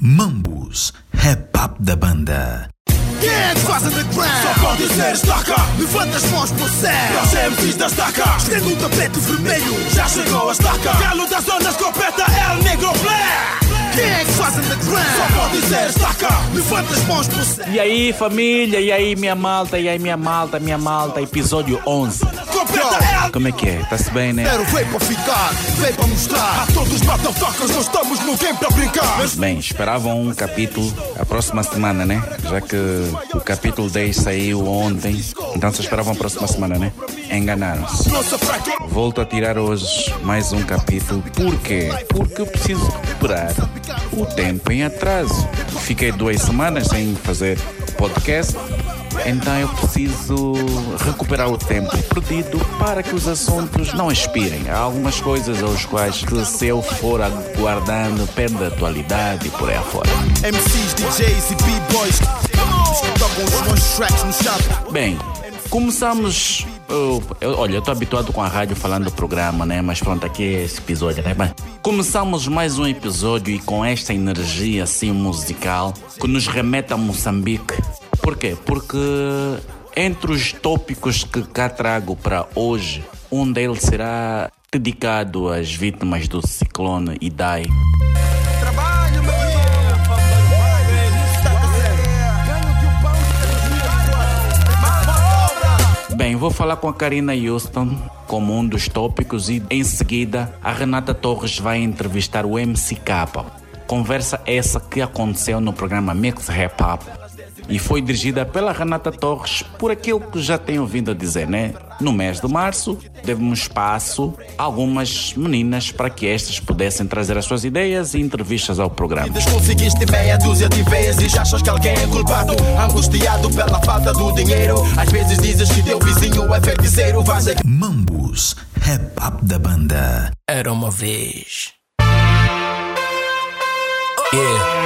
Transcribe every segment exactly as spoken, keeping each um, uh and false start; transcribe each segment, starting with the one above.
Mambus, rap up da banda. Quem é que faz underground? Só pode dizer estaca. Levanta as mãos pro céu. Nós é M Cs da estaca. Estende o tapete vermelho. Já chegou a estaca. Galo da zona escopeta é o negro black. Quem é que faz underground? Só pode dizer estaca. Levanta as mãos pro céu. E aí família, e aí minha malta, e aí minha malta, minha malta, episódio onze. Como é que é? Tá-se bem, né? Quero veio para ficar, veio para mostrar. A todos os motherfuckers, nós estamos no game para brincar. Bem, esperavam um capítulo a próxima semana, né? Já que o capítulo dez saiu ontem, então se esperavam a próxima semana, né? Enganaram-se. Volto a tirar hoje mais um capítulo. Por quê? Porque eu preciso recuperar o tempo em atraso. Fiquei duas semanas sem fazer podcast. Então eu preciso recuperar o tempo perdido para que os assuntos não expirem. Há algumas coisas aos quais que se eu for aguardando perde a atualidade e por aí afora. M Cs, D Js e B-Boys tocam os bons tracks no chave. Bem, começamos... Eu, eu, olha, eu estou habituado com a rádio falando do programa, né? Mas pronto, aqui é esse episódio, né? Mas começamos mais um episódio e com esta energia assim musical que nos remete a Moçambique. Por quê? Porque entre os tópicos que cá trago para hoje, um deles será dedicado às vítimas do ciclone Idai. Bem, vou falar com a Karina Houston como um dos tópicos e em seguida a Renata Torres vai entrevistar o M C K. Conversa essa que aconteceu no programa Mix Rap Up e foi dirigida pela Renata Torres por aquilo que já tenho vindo a dizer, né? No mês de março, demos espaço a algumas meninas para que estas pudessem trazer as suas ideias e entrevistas ao programa. Conseguiste meia dúzia de vezes, achas que alguém é culpado, angustiado pela falta do dinheiro. Às vezes dizes que teu vizinho é feiticeiro. Vais aqui. Mambus, rap up da banda. Era uma vez. Yeah.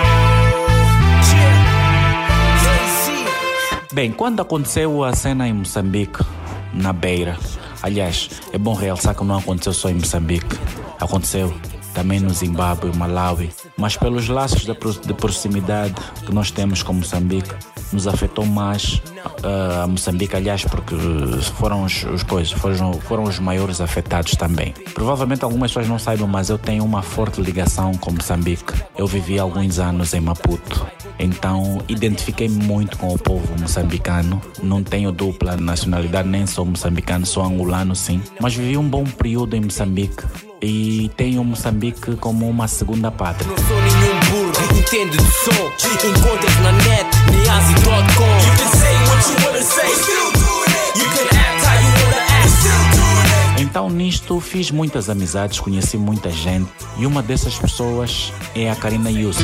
Bem, quando aconteceu a cena em Moçambique, na Beira, aliás, é bom realçar que não aconteceu só em Moçambique, aconteceu também no Zimbábue, Malawi, mas pelos laços de proximidade que nós temos com Moçambique, nos afetou mais uh, a Moçambique, aliás, porque foram os, os coisas, foram, foram os maiores afetados também. Provavelmente algumas pessoas não saibam, mas eu tenho uma forte ligação com Moçambique. Eu vivi alguns anos em Maputo, então identifiquei-me muito com o povo moçambicano. Não tenho dupla nacionalidade, nem sou moçambicano, sou angolano sim, mas vivi um bom período em Moçambique e tenho Moçambique como uma segunda pátria. Não sou nenhum burro, entende de som. Encontras na net, niazi ponto com. You can say what you wanna say, still doing it. You can act how you wanna act, still doing it. Então nisto fiz muitas amizades, conheci muita gente e uma dessas pessoas é a Karina Houston.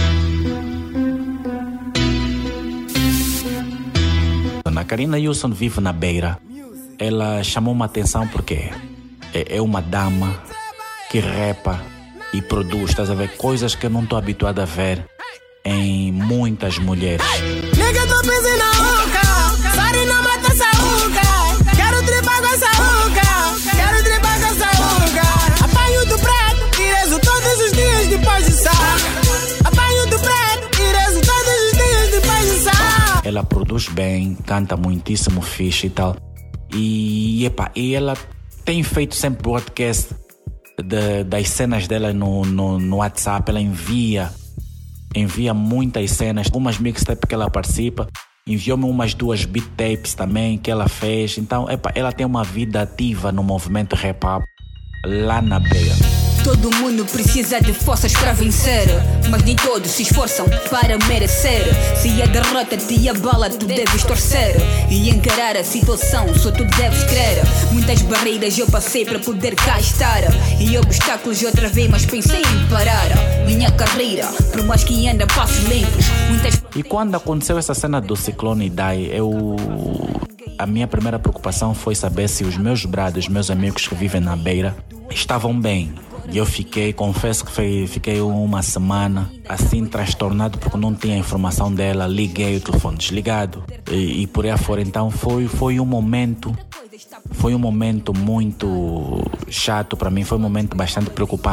A Karina Houston vive na Beira. Ela chamou uma atenção porque é uma dama que repa e produz, estás a ver, coisas que eu não estou habituado a ver em muitas mulheres. Nega, tô pensando na ruca, Sari não mata essa ruca. Quero tripar com essa ruca, quero tripar com essa ruca. Apanho do preto e rezo todos os dias depois de saco. Apanho do preto e rezo todos os dias depois de saco. Ela produz bem, canta muitíssimo fixe e tal. E, epa, e ela tem feito sempre broadcast De, das cenas dela no, no, no WhatsApp. Ela envia envia muitas cenas, algumas mixtapes que ela participa, enviou-me umas duas beat tapes também que ela fez. Então epa, ela tem uma vida ativa no movimento rap up lá na Beira. Todo mundo precisa de forças para vencer, mas nem todos se esforçam para merecer. Se a derrota te abala, tu deves torcer e encarar a situação, só tu deves crer. Muitas barreiras eu passei para poder cá estar e obstáculos eu travei, mas pensei em parar minha carreira, por mais que ainda passos lentos. Muitas... E quando aconteceu essa cena do ciclone Idai, eu... a minha primeira preocupação foi saber se os meus brados, meus amigos que vivem na Beira, estavam bem. E eu fiquei, confesso que foi, fiquei uma semana assim transtornado porque não tinha informação dela. Liguei o telefone desligado e, e por aí afora. Então foi, foi um momento Foi um momento muito chato para mim, foi um momento bastante preocupante.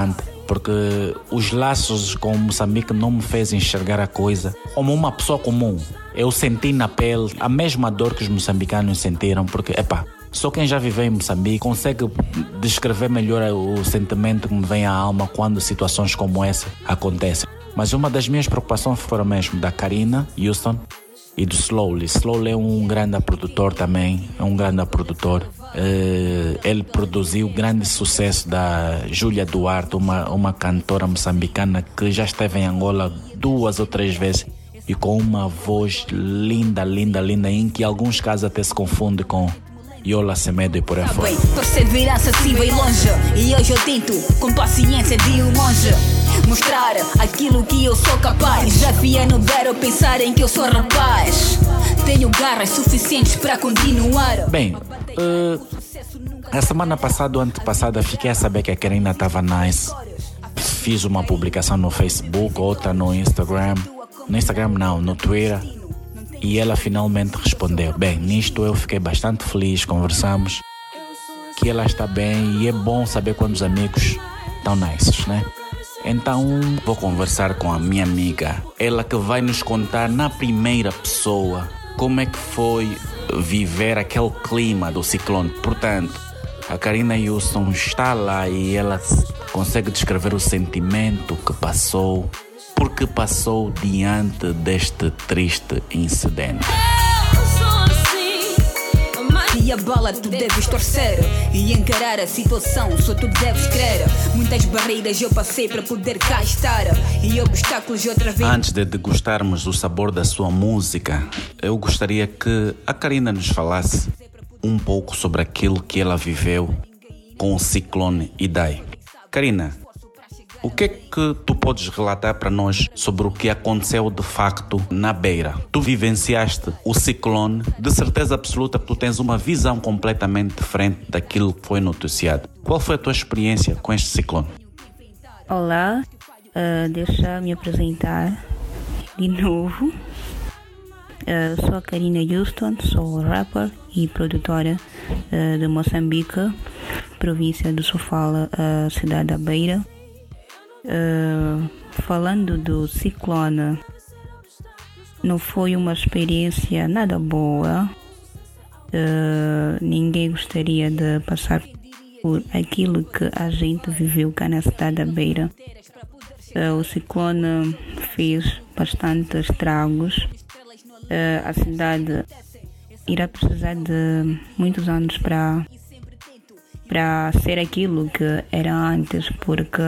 porque os laços com Moçambique não me fez enxergar a coisa como uma pessoa comum. Eu senti na pele a mesma dor que os moçambicanos sentiram, porque, epá, só quem já viveu em Moçambique consegue descrever melhor o sentimento que me vem à alma quando situações como essa acontecem. Mas uma das minhas preocupações foram mesmo da Karina Houston e do Slowly. Slowly é um grande produtor também, é um grande produtor. Uh, ele produziu o grande sucesso da Júlia Duarte, uma, uma cantora moçambicana que já esteve em Angola duas ou três vezes e com uma voz linda, linda, linda, em que em alguns casos até se confunde com Yola Semedo e por aí fora. Perseverança sim vai longe, e hoje eu tento com paciência de um monge mostrar aquilo que eu sou capaz. Já via no Bero pensar em que eu sou rapaz. Tenho garras suficientes para continuar. Bem, uh, a semana passada ou antepassada fiquei a saber que a Karina estava nice. Fiz uma publicação no Facebook, outra no Instagram. No Instagram não, no Twitter. E ela finalmente respondeu. Bem, nisto eu fiquei bastante feliz, conversamos. Que ela está bem e é bom saber quando os amigos estão nice, né? Então vou conversar com a minha amiga. Ela que vai nos contar na primeira pessoa como é que foi viver aquele clima do ciclone. Portanto, a Karina Houston está lá e ela consegue descrever o sentimento que passou, porque passou diante deste triste incidente. E a bala tu deves torcer e encarar a situação, só tu deves crer. Muitas barreiras eu passei para poder cá estar e obstáculos outra vez. Antes de degustarmos o sabor da sua música, eu gostaria que a Karina nos falasse um pouco sobre aquilo que ela viveu com o ciclone Idai. Karina, o que é que tu podes relatar para nós sobre o que aconteceu de facto na Beira? Tu vivenciaste o ciclone, de certeza absoluta que tu tens uma visão completamente diferente daquilo que foi noticiado. Qual foi a tua experiência com este ciclone? Olá, uh, deixa me apresentar de novo. Uh, sou a Karina Houston, sou rapper e produtora uh, de Moçambique, província do Sofala, uh, cidade da Beira. Uh, falando do ciclone, não foi uma experiência nada boa. Uh, ninguém gostaria de passar por aquilo que a gente viveu cá na cidade da Beira. Uh, o ciclone fez bastante estragos. Uh, a cidade irá precisar de muitos anos para para ser aquilo que era antes, porque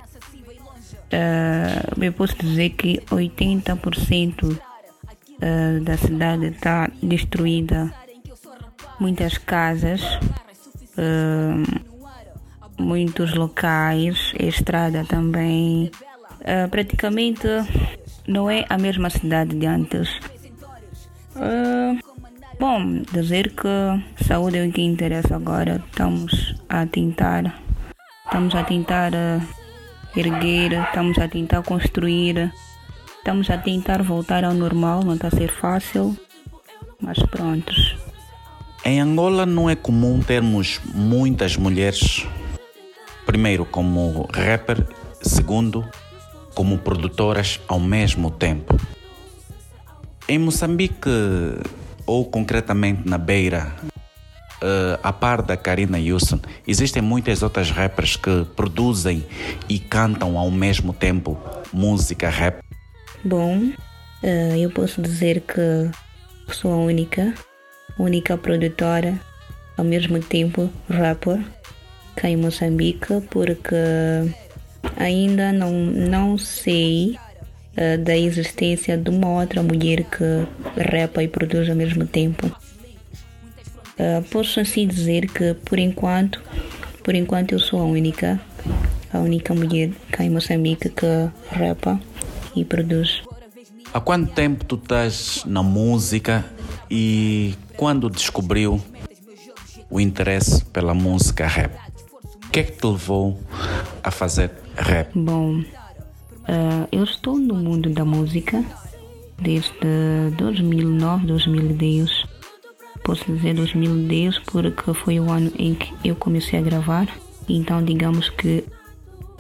Uh, eu posso dizer que oitenta por cento uh, da cidade está destruída. Muitas casas, uh, muitos locais, a estrada também. Uh, praticamente não é a mesma cidade de antes. Uh, bom, dizer que saúde é o que interessa agora. Estamos a tentar, estamos a tentar... Uh, erguer, estamos a tentar construir, estamos a tentar voltar ao normal, não está a ser fácil, mas prontos. Em Angola não é comum termos muitas mulheres, primeiro como rapper, segundo como produtoras ao mesmo tempo. Em Moçambique, ou concretamente na Beira, Uh, a par da Karina Houston, existem muitas outras rappers que produzem e cantam ao mesmo tempo música rap. Bom, uh, eu posso dizer que sou a única, única produtora, ao mesmo tempo rapper, cá em Moçambique, porque ainda não, não sei uh, da existência de uma outra mulher que rapa e produz ao mesmo tempo. Uh, posso assim dizer que por enquanto, por enquanto eu sou a única, a única mulher cá em Moçambique que rapa e produz. Há quanto tempo tu estás na música e quando descobriu o interesse pela música rap? O que é que te levou a fazer rap? Bom, uh, eu estou no mundo da música desde dois mil e nove, dois mil e dez. Posso dizer dois mil e dez porque foi o ano em que eu comecei a gravar. Então digamos que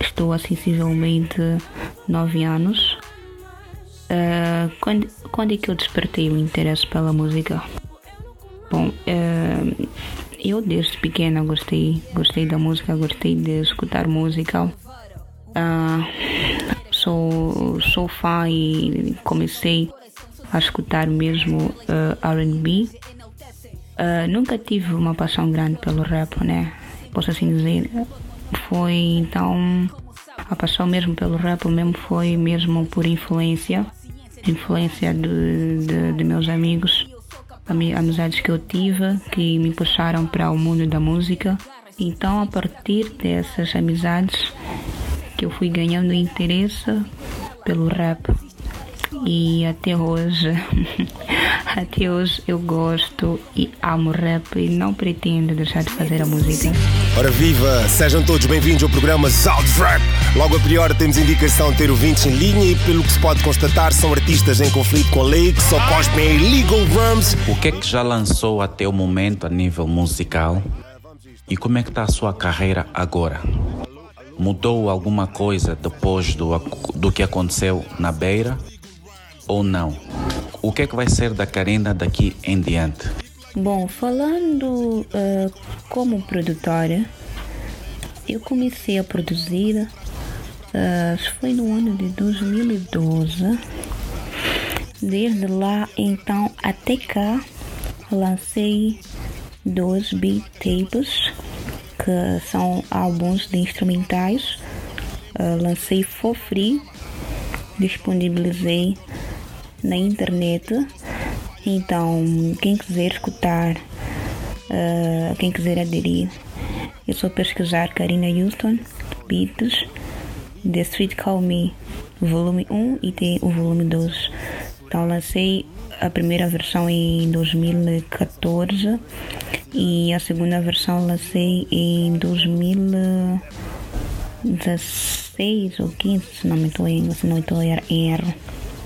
estou há sensivelmente nove anos. Uh, quando, quando é que eu despertei o interesse pela música? Bom, uh, eu desde pequena gostei, gostei da música, gostei de escutar música. Uh, sou, sou fã e comecei a escutar mesmo uh, R and B. Uh, nunca tive uma paixão grande pelo rap, né? Posso assim dizer. Foi então a paixão mesmo pelo rap mesmo foi mesmo por influência, influência de, de, de meus amigos, amizades que eu tive que me puxaram para o mundo da música. Então a partir dessas amizades que eu fui ganhando interesse pelo rap e até hoje até hoje eu gosto e amo rap e não pretendo deixar de fazer a música. Ora viva, sejam todos bem-vindos ao programa Sound Rap. Logo a priori temos indicação de ter ouvintes em linha e pelo que se pode constatar são artistas em conflito com a lei que só cospem illegal drums. O que é que já lançou até o momento a nível musical e como é que está a sua carreira agora? Mudou alguma coisa depois do, do que aconteceu na Beira ou não? O que é que vai ser da Karina daqui em diante? Bom, falando uh, como produtora, eu comecei a produzir, uh, foi no ano de dois mil e doze. Desde lá, então, até cá, lancei dois beat tapes, que são álbuns de instrumentais. Uh, lancei for free, disponibilizei na internet. Então, quem quiser escutar, uh, quem quiser aderir, é só pesquisar Karina Houston Beats, The Street Call Me, volume um e tem o volume dois. Então, lancei a primeira versão em dois mil e catorze e a segunda versão lancei em dois mil e dezesseis ou quinze, se não me estou em, se não estou em erro.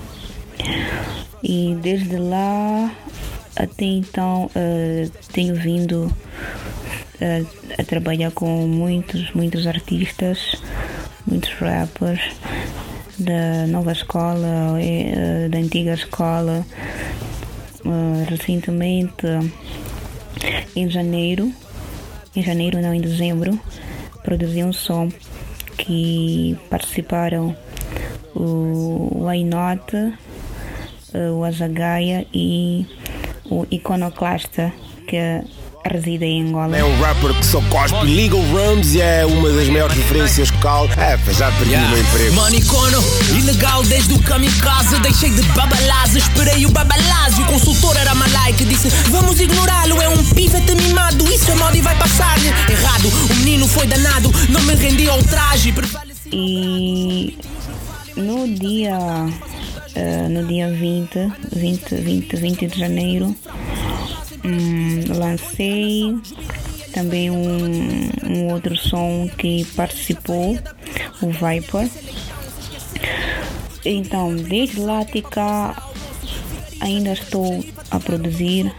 E desde lá até então uh, tenho vindo uh, a trabalhar com muitos, muitos artistas, muitos rappers da nova escola, uh, da antiga escola. Uh, recentemente, em janeiro, em janeiro não, em dezembro, produzi um som que participaram o Why Not, o Azagaia e o Iconoclasta, que reside em Angola. É um rapper que só cospe legal rums e é uma das maiores referências local. É, já perdi yeah. o meu emprego. Manicono, ilegal desde o kamikaze. Deixei de babalase, esperei o babalase. O consultor era malai que disse: vamos ignorá-lo, é um pivete mimado. Isso é moda e vai passar-lhe errado. O menino foi danado, não me rendi ao traje. E no dia Uh, no dia vinte, vinte, vinte, vinte de janeiro, um, lancei também um, um outro som que participou, o Viper. Então, desde lá até cá, ainda estou a produzir.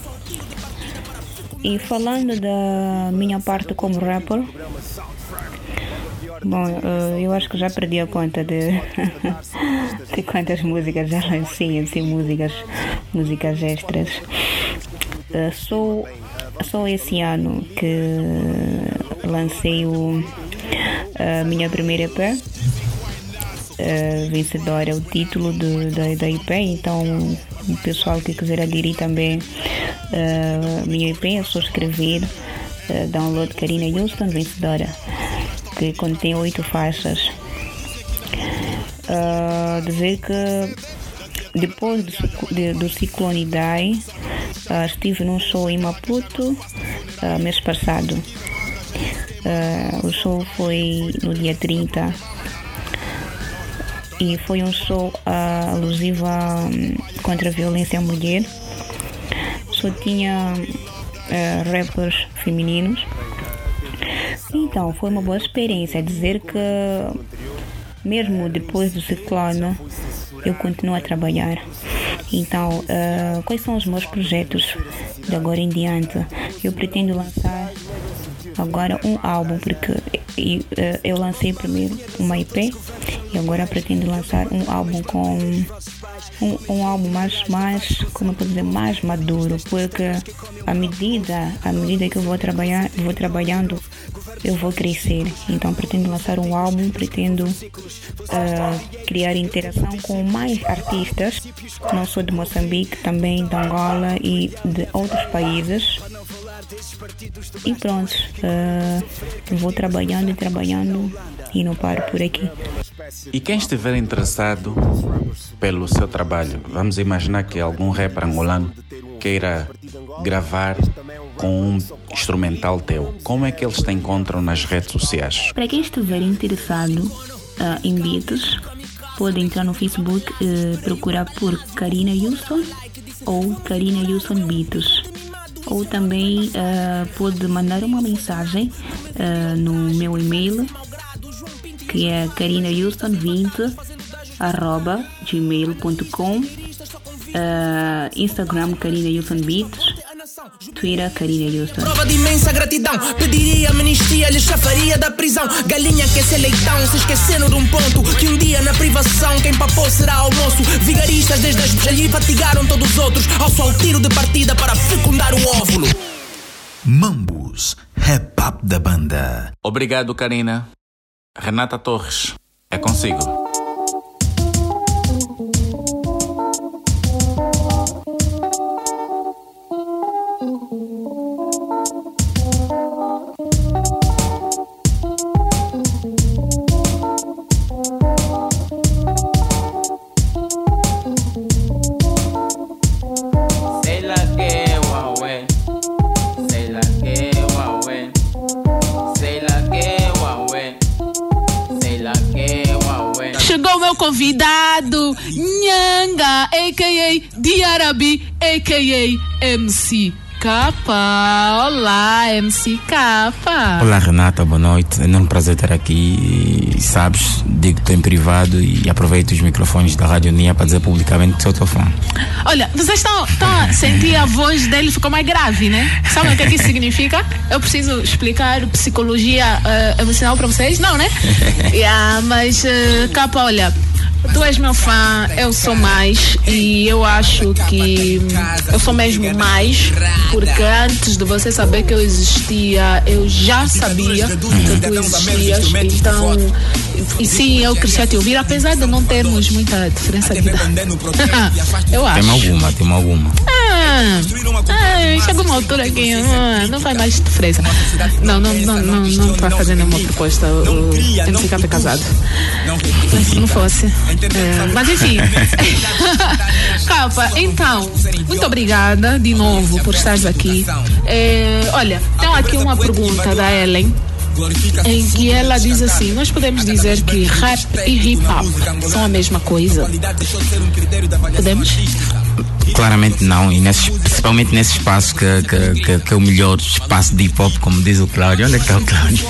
E falando da minha parte como rapper, bom, uh, eu acho que já perdi a conta de, de quantas músicas já lancei, assim, músicas, músicas extras. Uh, só, só esse ano que lancei o, a minha primeira E P, uh, vencedora, o título do, da, da E P. Então, o pessoal que quiser aderir também a uh, minha E P, é só escrever uh, download Karina Houston, vencedora, que contém oito faixas. Uh, dizer que depois do, de, do Ciclone Idai, uh, estive num show em Maputo uh, mês passado. Uh, o show foi no dia trinta e foi um show uh, alusivo a, um, contra a violência à mulher. Só tinha uh, rappers femininos. Então, foi uma boa experiência. Dizer que, mesmo depois do ciclone, eu continuo a trabalhar. Então, uh, quais são os meus projetos de agora em diante? Eu pretendo lançar agora um álbum, porque eu, eu lancei primeiro uma E P e agora pretendo lançar um álbum com um, um álbum mais, mais, como eu posso dizer, mais maduro, porque à medida, à medida que eu vou trabalhar, vou trabalhando, eu vou crescer. Então pretendo lançar um álbum, pretendo uh, criar interação com mais artistas, não só de Moçambique, também de Angola e de outros países. E pronto, uh, vou trabalhando e trabalhando e não paro por aqui. E quem estiver interessado pelo seu trabalho, vamos imaginar que algum rapper angolano queira gravar com um instrumental teu, como é que eles te encontram nas redes sociais? Para quem estiver interessado uh, em beats, pode entrar no Facebook e uh, procurar por Karina Houston ou Karina Houston Beats. Ou também uh, pode mandar uma mensagem uh, no meu e-mail, que é karina houston vinte arroba gmail ponto com, uh, Instagram Karina Houston Beats, Twitter Karina Houston. Prova de imensa gratidão, pediria amnistia, lhe chafaria da prisão. Galinha que é leitão, se esquecendo de um ponto, que um dia na privação quem papou será almoço. Vigaristas desde as já lhe fatigaram todos os outros, ao sol tiro de partida para fecundar o óvulo. Mambus, Rap Up da banda. Obrigado, Karina. Renata Torres, é consigo. Convidado Nhanga, a k a Diarabi, a k a M C Capa. Olá, M C Capa. Olá, Renata, boa noite. É um enorme prazer estar aqui. E, sabes, digo-te em privado e aproveito os microfones da Rádio Nia para dizer publicamente que sou teu fã. Olha, vocês estão, estão a sentir a voz dele ficou mais grave, né? Sabem o que é que isso significa? Eu preciso explicar psicologia uh, emocional para vocês? Não, né? yeah, mas, uh, Capa, olha, tu és meu fã, eu sou mais, e eu acho que eu sou mesmo mais, porque antes de você saber que eu existia, eu já sabia que tu existias. Então, e sim, eu cresci a te ouvir, apesar de não termos muita diferença de idade. Eu acho. Tem alguma, tem alguma. Ah, ah, chegou uma altura que ah, não vai mais diferença. Não, não, não, não, não vai fazer nenhuma proposta. O M C K é casado. Se não fosse. É, mas enfim. Capa, então, muito obrigada de novo por estares aqui. É, olha, tem aqui uma pergunta da Ellen, em que ela diz assim: nós podemos dizer que rap e hip hop são a mesma coisa? Podemos? Claramente não, e nesse, principalmente nesse espaço que, que, que, que é o melhor espaço de hip hop, como diz o Cláudio. Olha que está o Cláudio.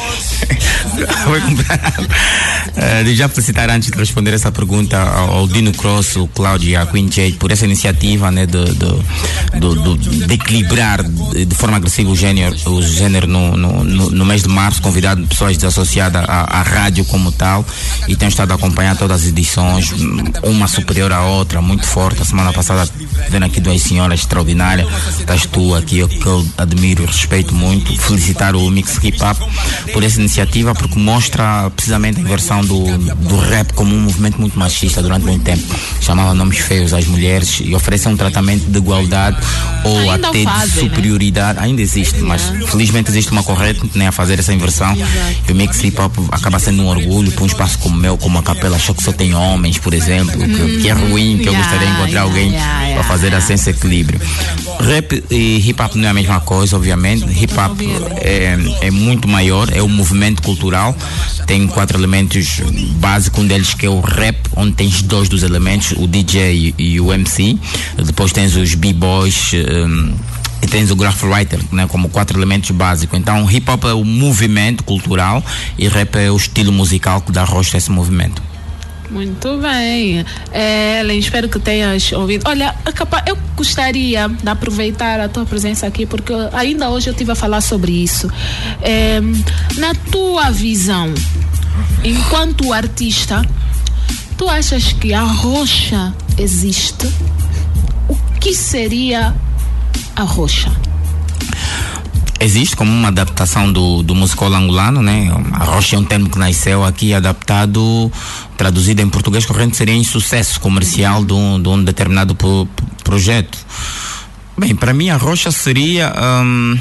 uh, já para citar, antes de responder essa pergunta, ao, ao Dino Cross, o Cláudio e a Queen J por essa iniciativa, né, de, de, de, de, de equilibrar de, de forma agressiva o gênero, o gênero no, no, no, no mês de março, convidado pessoas desassociadas à, à rádio como tal, e tenho estado a acompanhar todas as edições, uma superior à outra, muito forte. A semana passada vendo aqui duas senhoras extraordinárias, estás tu aqui, eu, que eu admiro e respeito muito. Felicitar o Mix Hip Hop por essa iniciativa, porque mostra precisamente a inversão do, do rap como um movimento muito machista durante muito tempo. Chamava nomes feios às mulheres e oferece um tratamento de igualdade ou ainda até fazem, de superioridade, né? Ainda existe, é. Mas felizmente existe uma corrente, né, a fazer essa inversão. Exato. E o Mix Hip Hop acaba sendo um orgulho para um espaço como o meu, como a Capela Show, que só tem homens, por exemplo, hum, que, que é ruim, que yeah, eu gostaria de encontrar yeah, alguém yeah, yeah, para fazer yeah. assim esse equilíbrio. Rap e hip hop não é a mesma coisa, obviamente. Hip hop é, é muito maior, é um movimento cultural, tem quatro elementos básicos, um deles que é o rap, onde tens dois dos elementos, o D J e, e o M C. Depois tens os B-boys, um, e tens o graph writer, né, como quatro elementos básicos. Então hip hop é o movimento cultural e rap é o estilo musical que dá rosto a esse movimento. Muito bem. É, Ellen, espero que tenhas ouvido. Olha, eu gostaria de aproveitar a tua presença aqui, porque ainda hoje eu estive a falar sobre isso. É, na tua visão, enquanto artista, tu achas que a rocha existe? O que seria a rocha? Existe como uma adaptação do, do musical angolano, né? A rocha é um termo que nasceu aqui, adaptado, traduzido em português corrente, seria em sucesso comercial de um, de um determinado pro, projeto. Bem, para mim a rocha seria hum,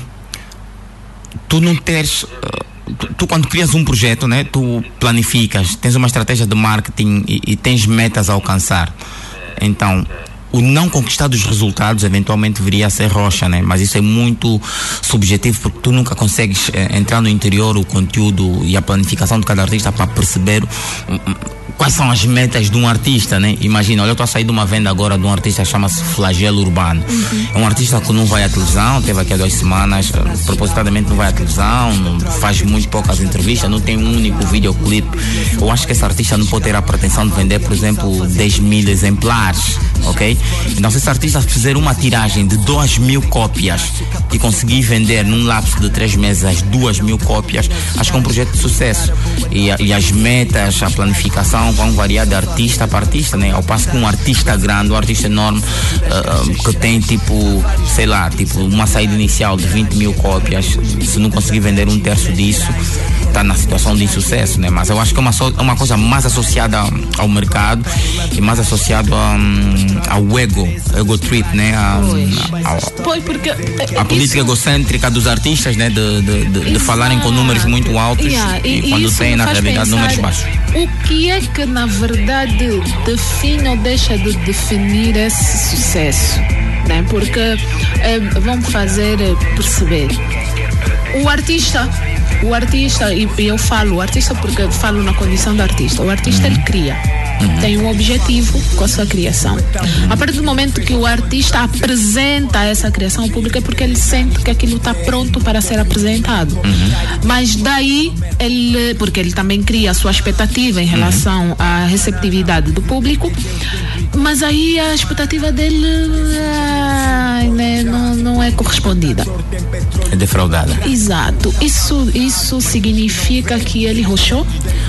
tu não teres... Tu, tu quando crias um projeto, né? Tu planificas, tens uma estratégia de marketing e, e tens metas a alcançar. Então, o não conquistar dos resultados eventualmente viria a ser rocha, né? Mas isso é muito subjetivo, porque tu nunca consegues eh, entrar no interior, o conteúdo e a planificação de cada artista para perceber um, um, quais são as metas de um artista, né? Imagina, olha, eu estou a sair de uma venda agora de um artista que chama-se Flagelo Urbano. Uhum. É um artista que não vai à televisão, teve aqui há duas semanas, propositadamente não vai à televisão, não, faz muito poucas entrevistas, não tem um único videoclipe. Eu acho que esse artista não pode ter a pretensão de vender, por exemplo, dez mil exemplares, ok? Então, se esse artista fizer uma tiragem de duas mil cópias e conseguir vender num lapso de três meses as duas mil cópias, acho que é um projeto de sucesso. E, e as metas, a planificação vão variar de artista para artista, né? Ao passo que um artista grande, um artista enorme, uh, que tem tipo, sei lá, tipo uma saída inicial de vinte mil cópias, se não conseguir vender um terço disso, está na situação de insucesso, né? Mas eu acho que é uma, é uma coisa mais associada ao, ao mercado e mais associada ao, ao ego, ego trip, né? A, a, a, pois, porque a política isso, egocêntrica dos artistas, né? De, de, de, de falarem com números muito altos yeah, e, e quando têm na realidade números baixos. O que é que na verdade define ou deixa de definir esse sucesso, né? Porque eh, vamos fazer perceber o artista O artista, e eu falo o artista porque eu falo na condição do artista, o artista uhum. ele cria, uhum. tem um objetivo com a sua criação. A partir do momento que o artista apresenta essa criação ao público é porque ele sente que aquilo está pronto para ser apresentado. Uhum. Mas daí, ele, porque ele também cria a sua expectativa em relação uhum. à receptividade do público, mas aí a expectativa dele ah, né, não, não é correspondida. É defraudada. Exato. Isso, isso significa que ele rochou?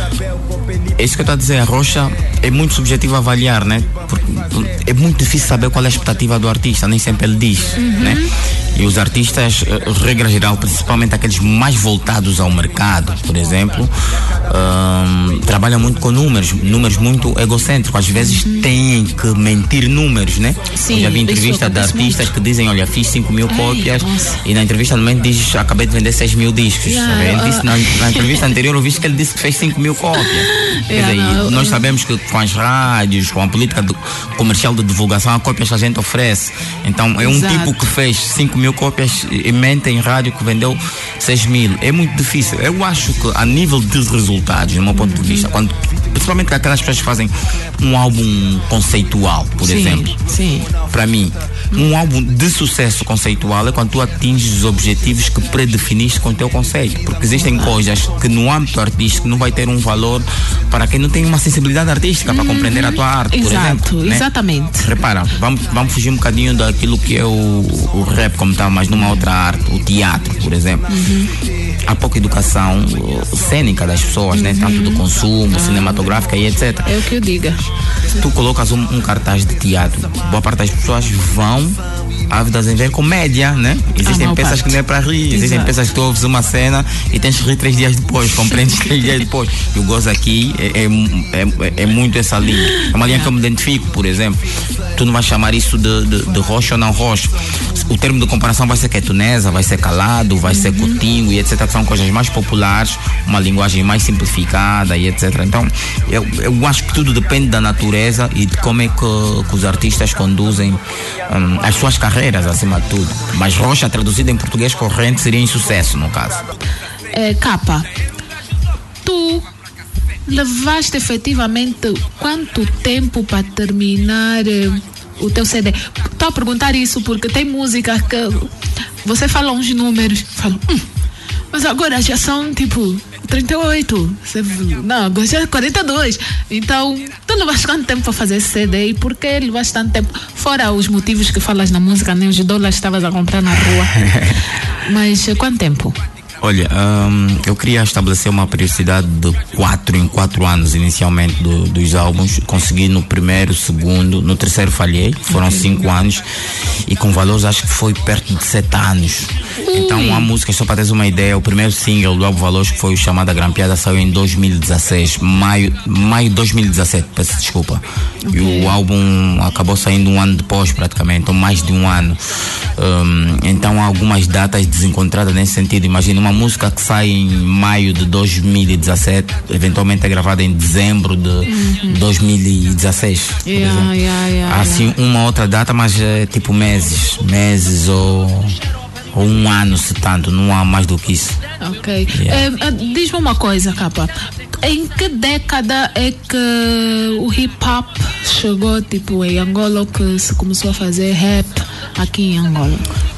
É isso que eu estou a dizer. A rocha é muito subjetivo a avaliar, né? Porque é muito difícil saber qual é a expectativa do artista, nem sempre ele diz, uhum. né? E os artistas, regra geral, principalmente aqueles mais voltados ao mercado, por exemplo, um, trabalham muito com números, números muito egocêntricos. Às vezes uhum. têm que mentir números, né? Sim, eu já vi entrevista de artistas muito. que dizem, olha, fiz cinco mil Ai, cópias nossa. e na entrevista no momento diz, acabei de vender seis mil discos. Yeah, ele uh, disse, na, na entrevista anterior eu vi que ele disse que fez cinco mil cópias. Quer yeah, dizer, não, nós uh, sabemos que com as rádios, com a política de, comercial de divulgação, há cópias que a gente oferece. Então é um Exato. tipo que fez cinco mil cópias e mente em rádio que vendeu seis mil. É muito difícil. Eu acho que a nível de resultados, do meu ponto de vista, quando, principalmente aquelas pessoas que fazem um álbum conceitual, por sim, exemplo, sim. para mim, um álbum de sucesso conceitual é quando tu atinges os objetivos que predefiniste com o teu conceito, porque existem coisas que no âmbito artístico não vai ter um valor para quem não tem uma sensibilidade artística para compreender a tua arte, por Exato, exemplo. Né? Exatamente. Repara, vamos, vamos fugir um bocadinho daquilo que é o, o rap como tal, mas numa outra arte, o teatro, por exemplo. Uhum. Há pouca educação cênica das pessoas, uhum. né? Tanto do consumo, ah. cinematográfica e etcétera. É o que eu digo. Tu colocas um, um cartaz de teatro, boa parte das pessoas vão ávidas em ver comédia, né? Existem ah, peças parte. que não é para rir, Exato. existem peças que tu ouves uma cena e tens que rir três dias depois, compreendes três dias depois. E o gozo aqui é, é, é, é muito essa linha. É uma linha que eu me identifico, por exemplo. Tu não vais chamar isso de, de, de rocha ou não rocha. O termo de comparação vai ser quetunesa, vai ser calado, vai ser cotinho e etcétera. São coisas mais populares, uma linguagem mais simplificada e etcétera. Então, eu, eu acho que tudo depende da natureza e de como é que, que os artistas conduzem um, as suas carreiras, acima de tudo. Mas rocha, traduzida em português corrente, seria insucesso, no caso. É, Capa, tu levaste efetivamente quanto tempo para terminar o teu C D? Estou a perguntar isso porque tem música que você fala uns números, fala, hum, mas agora já são tipo trinta e oito. Não, agora é quarenta e dois. Então, tu levaste quanto tempo para fazer esse C D e por que levaste tanto tempo? Fora os motivos que falas na música, nem os dólares estavas a comprar na rua. Mas quanto tempo? Olha, um, eu queria estabelecer uma periodicidade de quatro em quatro anos inicialmente do, dos álbuns. Consegui no primeiro, segundo, no terceiro falhei, foram okay. cinco anos e com valores acho que foi perto de sete anos. Ui. Então a música, só para teres uma ideia, o primeiro single do álbum Valores, que foi o chamado Grampeada, saiu em dois mil e dezesseis, maio, maio de dois mil e dezessete, peço desculpa. Okay. E o álbum acabou saindo um ano depois praticamente, ou mais de um ano. Um, então há algumas datas desencontradas nesse sentido. Imagina uma música que sai em maio de dois mil e dezessete, eventualmente é gravada em dezembro de uhum. dois mil e dezesseis. Yeah, yeah, yeah, há assim yeah. uma outra data, mas é tipo meses, meses ou, ou um ano, se tanto, não há mais do que isso. Ok. Yeah. É, diz-me uma coisa, Capa. Em que década é que o hip hop chegou, tipo, em Angola, que se começou a fazer rap aqui em Angola?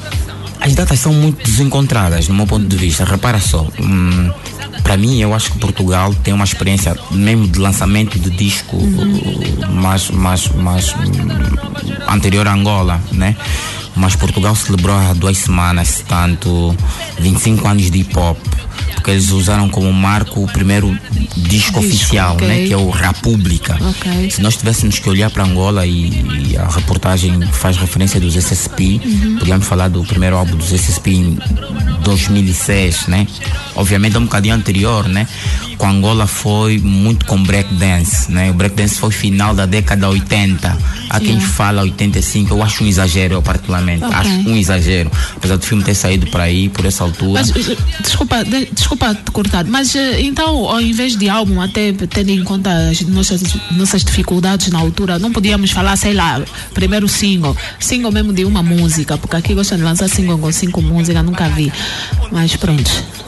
As datas são muito desencontradas, no meu ponto de vista. Repara só, hum, para mim, eu acho que Portugal tem uma experiência mesmo de lançamento de disco uhum. mais, mais, mais hum, anterior a Angola, né? Mas Portugal celebrou há duas semanas, tanto vinte e cinco anos de hip hop, porque eles usaram como marco o primeiro disco, disco oficial, okay. né, que é o República. Okay. Se nós tivéssemos que olhar para Angola, e, e a reportagem faz referência dos S S P, uhum. podíamos falar do primeiro álbum dos S S P em dois mil e seis, né? Obviamente é um bocadinho anterior, né? Com Angola foi muito com breakdance, né? O breakdance foi final da década oitenta. Há quem yeah. fala oitenta e cinco, eu acho um exagero, eu particularmente. Okay. Acho um exagero. Apesar do filme ter saído por aí, por essa altura. Mas, desculpa, de, desculpa te cortar, mas então, ao invés de álbum, até tendo em conta as nossas, nossas dificuldades na altura, não podíamos falar, sei lá, primeiro single. Single mesmo de uma música, porque aqui gostam de lançar single com cinco músicas, nunca vi. Mas pronto.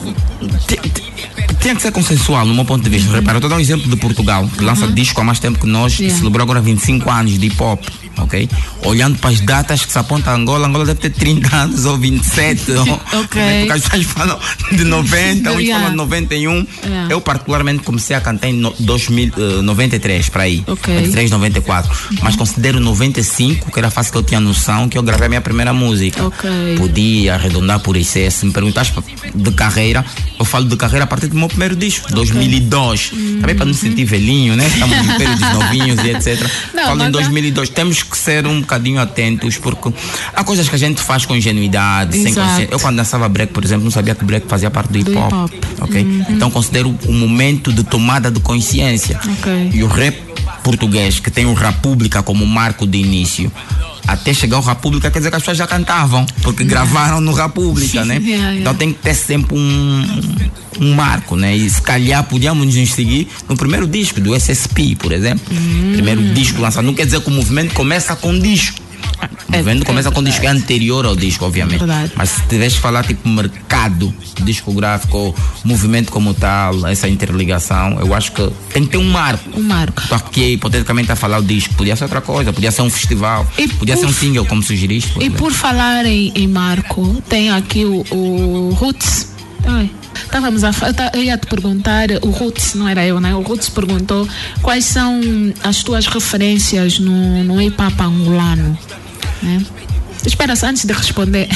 Tinha que ser consensual, no meu ponto de vista. Uhum. Repara, eu estou a dar um exemplo de Portugal, que lança uhum. disco há mais tempo que nós yeah. e celebrou agora vinte e cinco anos de hip hop, ok? Olhando para as datas que se aponta a Angola, Angola deve ter trinta anos ou vinte e sete, ou, okay. porque as pessoas falam de noventa, uns yeah. falam de noventa e um. Yeah. Eu, particularmente, comecei a cantar em dois mil, uh, noventa e três, para aí. Okay. noventa e três, noventa e quatro. Uhum. Mas considero noventa e cinco, que era fácil que eu tinha noção, que eu gravei a minha primeira música. Okay. Podia arredondar por isso. Se me perguntares de carreira, eu falo de carreira a partir do meu primeiro disco, dois mil e dois. Uhum. Também para não sentir velhinho, né? Estamos em períodos novinhos e etcétera. Não, falo em dois mil e dois. Temos que ser um bocadinho atentos, porque há coisas que a gente faz com ingenuidade, sem consciência. Eu, quando dançava break, por exemplo, não sabia que break fazia parte do hip hop. Do hip -hop. Okay? Uhum. Então considero o momento de tomada de consciência. Okay. E o rap português, que tem o República como marco de início, até chegar ao República, quer dizer que as pessoas já cantavam, porque yeah. gravaram no República, né? Yeah, yeah. Então tem que ter sempre um, um marco, né? E se calhar podíamos nos seguir no primeiro disco do S S P, por exemplo. Mm. Primeiro disco lançado. Não quer dizer que o movimento começa com disco. O movimento é, começa é com disco é anterior ao disco, obviamente. Verdade. Mas se tiveres que falar tipo mercado discográfico, movimento como tal, essa interligação, eu acho que tem que ter um marco. Um marco. Porque hipoteticamente a falar o disco, podia ser outra coisa, podia ser um festival, e podia ser um single, como sugeriste. Por e exemplo. Por falar em, em marco, tem aqui o, o Roots. Ai. Estávamos a eu ia te perguntar, o Roots, não era eu, né? O Roots perguntou quais são as tuas referências no, no hip hop angolano, né? Espera só, antes de responder.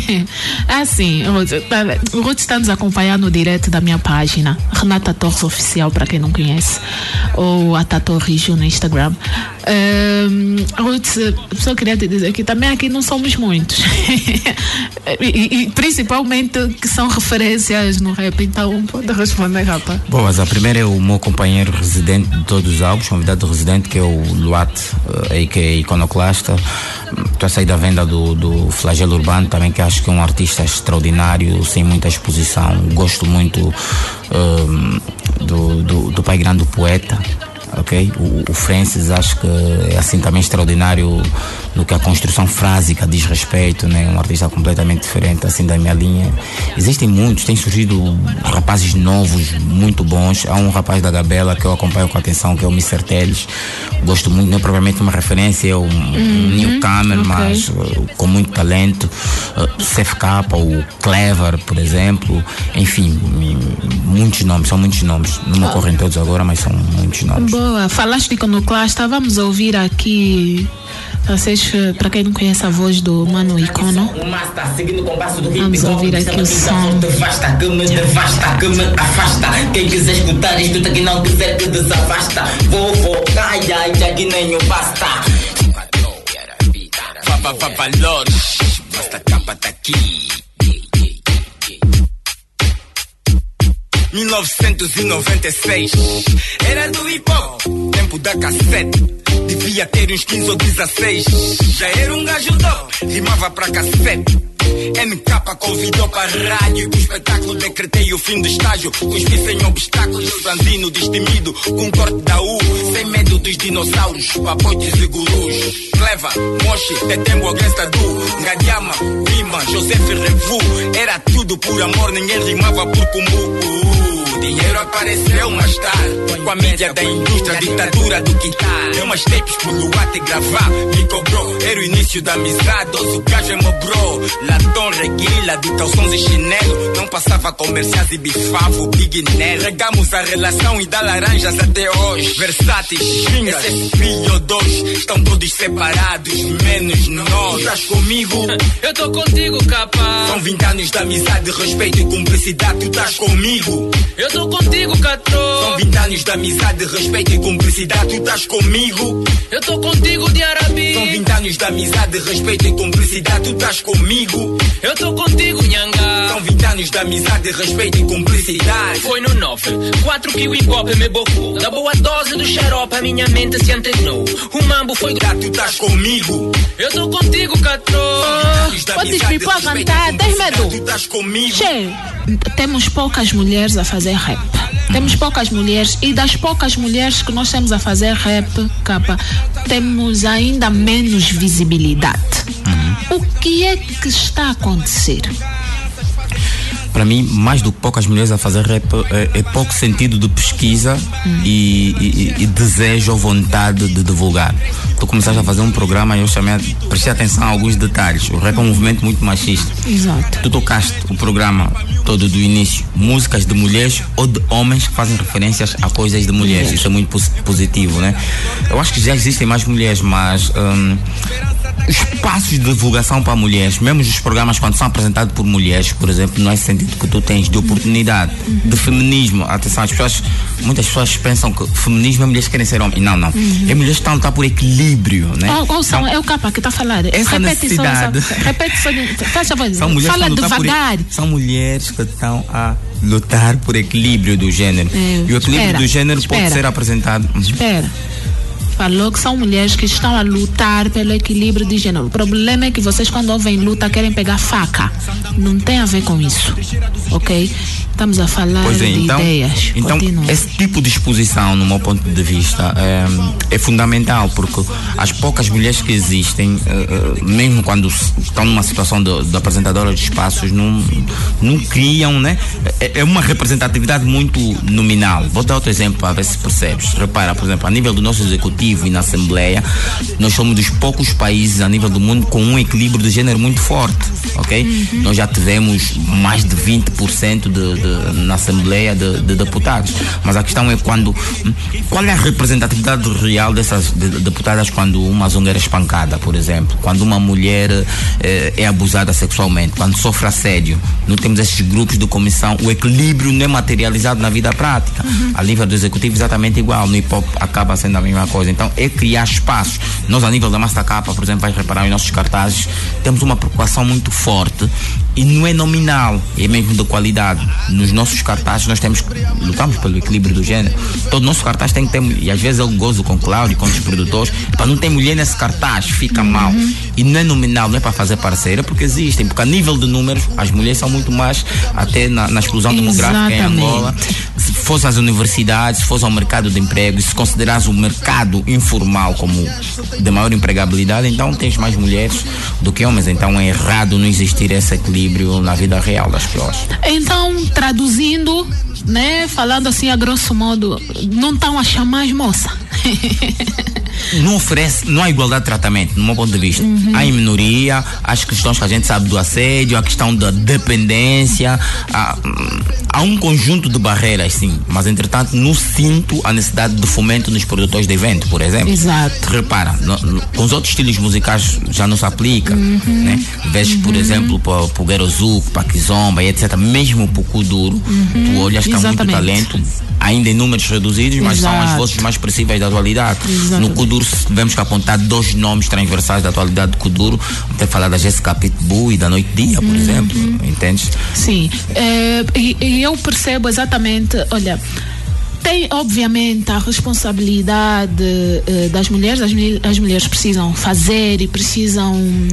Assim, o Roots está nos acompanhando no direto da minha página, Renata Torres Oficial, para quem não conhece, ou a Tatorrijo no Instagram. Um, Roots, só queria te dizer que também aqui não somos muitos. e, e principalmente que são referências no rap, então pode responder, rapaz. Boas, a primeira é o meu companheiro residente de todos os álbuns, convidado residente, que é o Luat, uh, que é iconoclasta. Estou a sair da venda do, do Flagelo Urbano também, que acho que é um artista extraordinário, sem muita exposição. Gosto muito um, do, do, do Pai Grande, do Poeta. ok? O, o Francis acho que é assim também extraordinário no que a construção frásica diz respeito, né? Um artista completamente diferente assim da minha linha. Existem muitos, têm surgido rapazes novos, muito bons. Há um rapaz da Gabela que eu acompanho com atenção, que é o mister Teles. Gosto muito, não é propriamente uma referência, é um, um Uhum, newcomer, ok. mas uh, com muito talento. Uh, C F K, o Clever, por exemplo. Enfim, muitos nomes, são muitos nomes. Não me ocorrem todos agora, mas são muitos nomes. Boa, falaste de Iconoclasta, vamos ouvir aqui. Vocês, para quem não conhece a voz do Mano Icono, vamos ouvir aqui o som. Devasta, que me devasta, que me afasta. Quem quiser escutar isto, quem não quiser que desafasta. Vou, vou, ai, ai, já que nem o basta. Valores, basta capa tá aqui. mil novecentos e noventa e seis era do hip hop, tempo da cassete. Devia ter uns quinze ou dezesseis. Já era um gajo top, rimava pra cassete. N K convidou para a rádio. Do espetáculo decretei o fim do estágio. Cuspi sem obstáculos, franzino destemido, com corte da U. Sem medo dos dinossauros, papoites e gurus. Cleva, Moshi, Tetembo, Gangsta Du, Ngadiama, Rima, Joseph Revu. Era tudo por amor, ninguém rimava por cumbu. Dinheiro apareceu mais tarde, com a mídia da indústria, ditadura do guitar. Deu umas tapes pro Luate gravar, me cobrou. Era o início da amizade, hoje o gajo é meu bro. Latão, reguila, de calções e chinelo. Não passava comerciais e bifava o Big Nelo. Regamos a relação e dá laranjas até hoje. Versáteis, xingas, S P ou dois. Estão todos separados, menos nós. Estás comigo? Eu tô contigo, capa. São vinte anos de amizade, respeito e cumplicidade. Tu estás comigo? Eu tô contigo, Catro. São vinte anos de amizade, respeito e cumplicidade. Tu estás comigo? Eu tô contigo, de Arabi. São vinte anos de amizade, respeito e cumplicidade. Tu estás comigo? Eu tô contigo, Nhanga. São vinte anos de amizade, respeito e cumplicidade. Foi no nove, quatro que o hip hop me bocou. Da boa dose do xarope a minha mente se antenou. O mambo foi gato, tu estás comigo? Eu tô contigo, Catro. Podes pipoca cantar, tens medo? Tu estás comigo? Che, temos poucas mulheres a fazer rap. Temos poucas mulheres, e das poucas mulheres que nós temos a fazer rap, capa, temos ainda menos visibilidade. Uhum. O que é que está a acontecer? Para mim, mais do que poucas mulheres a fazer rap, é, é pouco sentido de pesquisa hum. e, e, e desejo ou vontade de divulgar. Tu começaste a fazer um programa e eu chamei, prestei atenção a alguns detalhes. O rap é um movimento muito machista. Exato. Tu tocaste o programa todo do início, músicas de mulheres ou de homens que fazem referências a coisas de mulheres. Isso é muito positivo, né? Eu acho que já existem mais mulheres, mas hum, espaços de divulgação para mulheres, mesmo os programas quando são apresentados por mulheres, por exemplo, não é esse sentido que tu tens de oportunidade, uhum. de feminismo. Atenção, as pessoas, muitas pessoas pensam que feminismo é mulheres que querem ser homens. Não, não. Uhum. É mulheres que estão a lutar por equilíbrio, né? Oh, oh, são, então, é o capa que está a falar. Essa repete necessidade. Só, repete só, fecha a voz. São mulheres Fala que estão devagar. Por, são mulheres que estão a lutar por equilíbrio do gênero. É, e o equilíbrio espera, do gênero espera, pode ser apresentado. Espera. Falou que são mulheres que estão a lutar pelo equilíbrio de gênero. O problema é que vocês, quando ouvem luta, querem pegar faca. Não tem a ver com isso, ok? Estamos a falar pois é, de então, ideias. Então, Continua. Esse tipo de exposição, no meu ponto de vista, é, é fundamental, porque as poucas mulheres que existem, é, mesmo quando estão numa situação de, de apresentadora de espaços, não, não criam, né? É, é uma representatividade muito nominal. Vou dar outro exemplo para ver se percebes. Repara, por exemplo, a nível do nosso executivo e na Assembleia, nós somos dos poucos países a nível do mundo com um equilíbrio de gênero muito forte, ok? Uhum. Nós já tivemos mais de vinte por cento de, de na Assembleia de, de deputados, mas a questão é quando qual é a representatividade real dessas de, de deputadas quando uma zongueira é espancada, por exemplo, quando uma mulher eh, é abusada sexualmente, quando sofre assédio. Não temos esses grupos de comissão, o equilíbrio não é materializado na vida prática. Uhum. A nível do executivo exatamente igual, no hip hop acaba sendo a mesma coisa. Então é criar espaços. Nós, a nível da Mastercapa, por exemplo, vais reparar em nossos cartazes, temos uma preocupação muito forte e não é nominal, é mesmo de qualidade. Nos nossos cartazes nós temos, lutamos pelo equilíbrio do gênero. Todo nosso cartaz tem que ter, e às vezes eu gozo com o Cláudio, com os produtores, para não ter mulher nesse cartaz, fica uhum. mal. E não é nominal, não é para fazer parceira, porque existem, porque a nível de números, as mulheres são muito mais, até na, na explosão demográfica em Angola, fosse às universidades, se fosse ao mercado de emprego, e se considerares o mercado informal como de maior empregabilidade, então tens mais mulheres do que homens. Então é errado não existir esse equilíbrio na vida real das pessoas. Então, traduzindo, né, falando assim a grosso modo, não estão a chamar as moças. Não oferece, não há igualdade de tratamento, no meu ponto de vista. Uhum. Há em minoria as questões que a gente sabe do assédio, a questão da dependência, há, há um conjunto de barreiras, sim, mas entretanto não sinto a necessidade de fomento nos produtores de evento, por exemplo. Exato. Repara, no, no, com os outros estilos musicais já não se aplica, uhum. né? Vês, por uhum. exemplo, para o Guerozuco, para Kizomba e etcétera, mesmo para o Kuduro, uhum. tu olhas que há muito talento, ainda em números reduzidos, mas Exato. são as vozes mais expressivas da atualidade. Exatamente. No Kuduro tivemos que apontar dois nomes transversais da atualidade do Kuduro, até falar da Jéssica Pitbull e da Noite Dia, por uhum. exemplo, entendes? Sim, é, e, e eu percebo exatamente, olha, tem obviamente a responsabilidade uh, das mulheres, as, as mulheres precisam fazer e precisam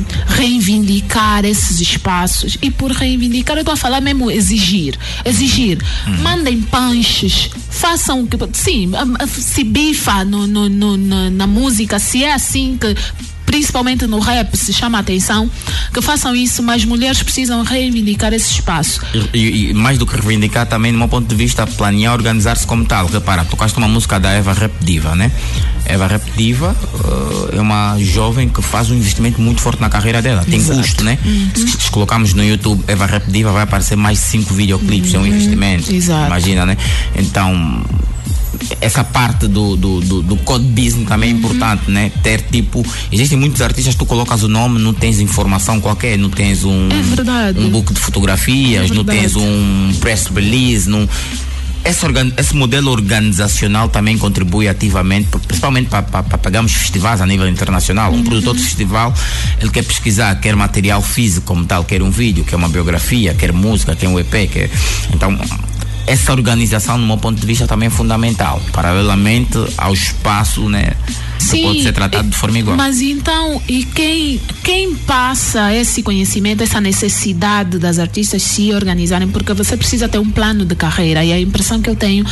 reivindicar esses espaços, e por reivindicar eu estou a falar mesmo exigir, exigir, uhum. mandem punches, façam, sim, se bifa no, no, no, na, na música, se é assim que principalmente no rap se chama a atenção, que façam isso, mas mulheres precisam reivindicar esse espaço. E, e mais do que reivindicar, também, do meu ponto de vista, planear, organizar-se como tal. Repara, tocaste uma música da Eva Rap Diva, né? Eva Rap Diva uh, é uma jovem que faz um investimento muito forte na carreira dela, tem Exato. custo, né? Uhum. Se, se colocarmos no YouTube Eva Rap Diva, vai aparecer mais cinco videoclipes, uhum. é um investimento. Exato. Imagina, né? Então, essa parte do, do, do, do code business também é uhum. importante, né? Ter tipo, existem muitos artistas, tu colocas o nome, não tens informação qualquer, não tens um, é um book de fotografias, é não tens um press release, não. Esse, organ, esse modelo organizacional também contribui ativamente, principalmente para pegarmos festivais a nível internacional. Um uhum. produtor de festival, ele quer pesquisar, quer material físico como tal, quer um vídeo, quer uma biografia, quer música, quer um E P, quer... Então, essa organização, no meu ponto de vista, também é fundamental, paralelamente ao espaço, né? Sim, pode ser tratado de forma igual. Mas então, e quem, quem passa esse conhecimento, essa necessidade das artistas se organizarem, porque você precisa ter um plano de carreira, e a impressão que eu tenho,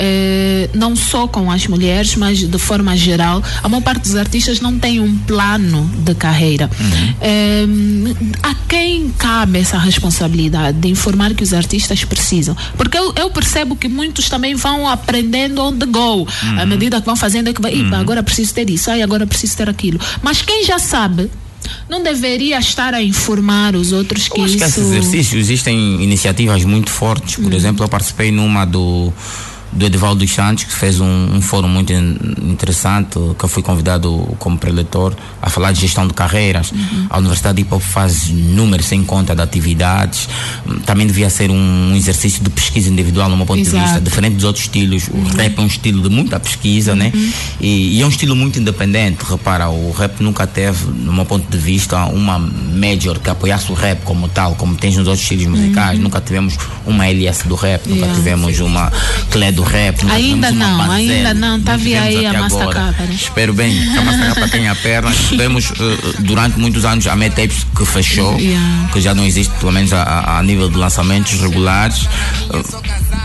eh, não só com as mulheres, mas de forma geral, a maior parte dos artistas não tem um plano de carreira. Uhum. Eh, a quem cabe essa responsabilidade de informar que os artistas precisam? Porque eu, eu percebo que muitos também vão aprendendo on the go, uhum. à medida que vão fazendo, é que vai, uhum. agora preciso ter isso, ai, agora preciso ter aquilo. Mas quem já sabe não deveria estar a informar os outros que eu acho isso... que esse exercício, existem iniciativas muito fortes. Por uhum. exemplo, eu participei numa do do Edivaldo dos Santos, que fez um, um fórum muito interessante, que eu fui convidado como preletor a falar de gestão de carreiras. Uhum. A Universidade de Hip Hop faz números sem conta de atividades. Também devia ser um, um exercício de pesquisa individual, no meu ponto Exato. de vista, diferente dos outros estilos. O uhum. rap é um estilo de muita pesquisa, uhum. né? E, e é um estilo muito independente. Repara, o rap nunca teve, no meu ponto de vista, uma major que apoiasse o rap como tal, como tens nos outros estilos musicais. Uhum. Nunca tivemos uma L S do rap, nunca yeah. tivemos uma Clé do rap. Ainda não, Banzel, ainda não, está via aí a Mastercard. Espero bem que a Mastercard tenha a perna. Tivemos uh, durante muitos anos a Metapes, que fechou, yeah. que já não existe, pelo menos a, a nível de lançamentos regulares, uh,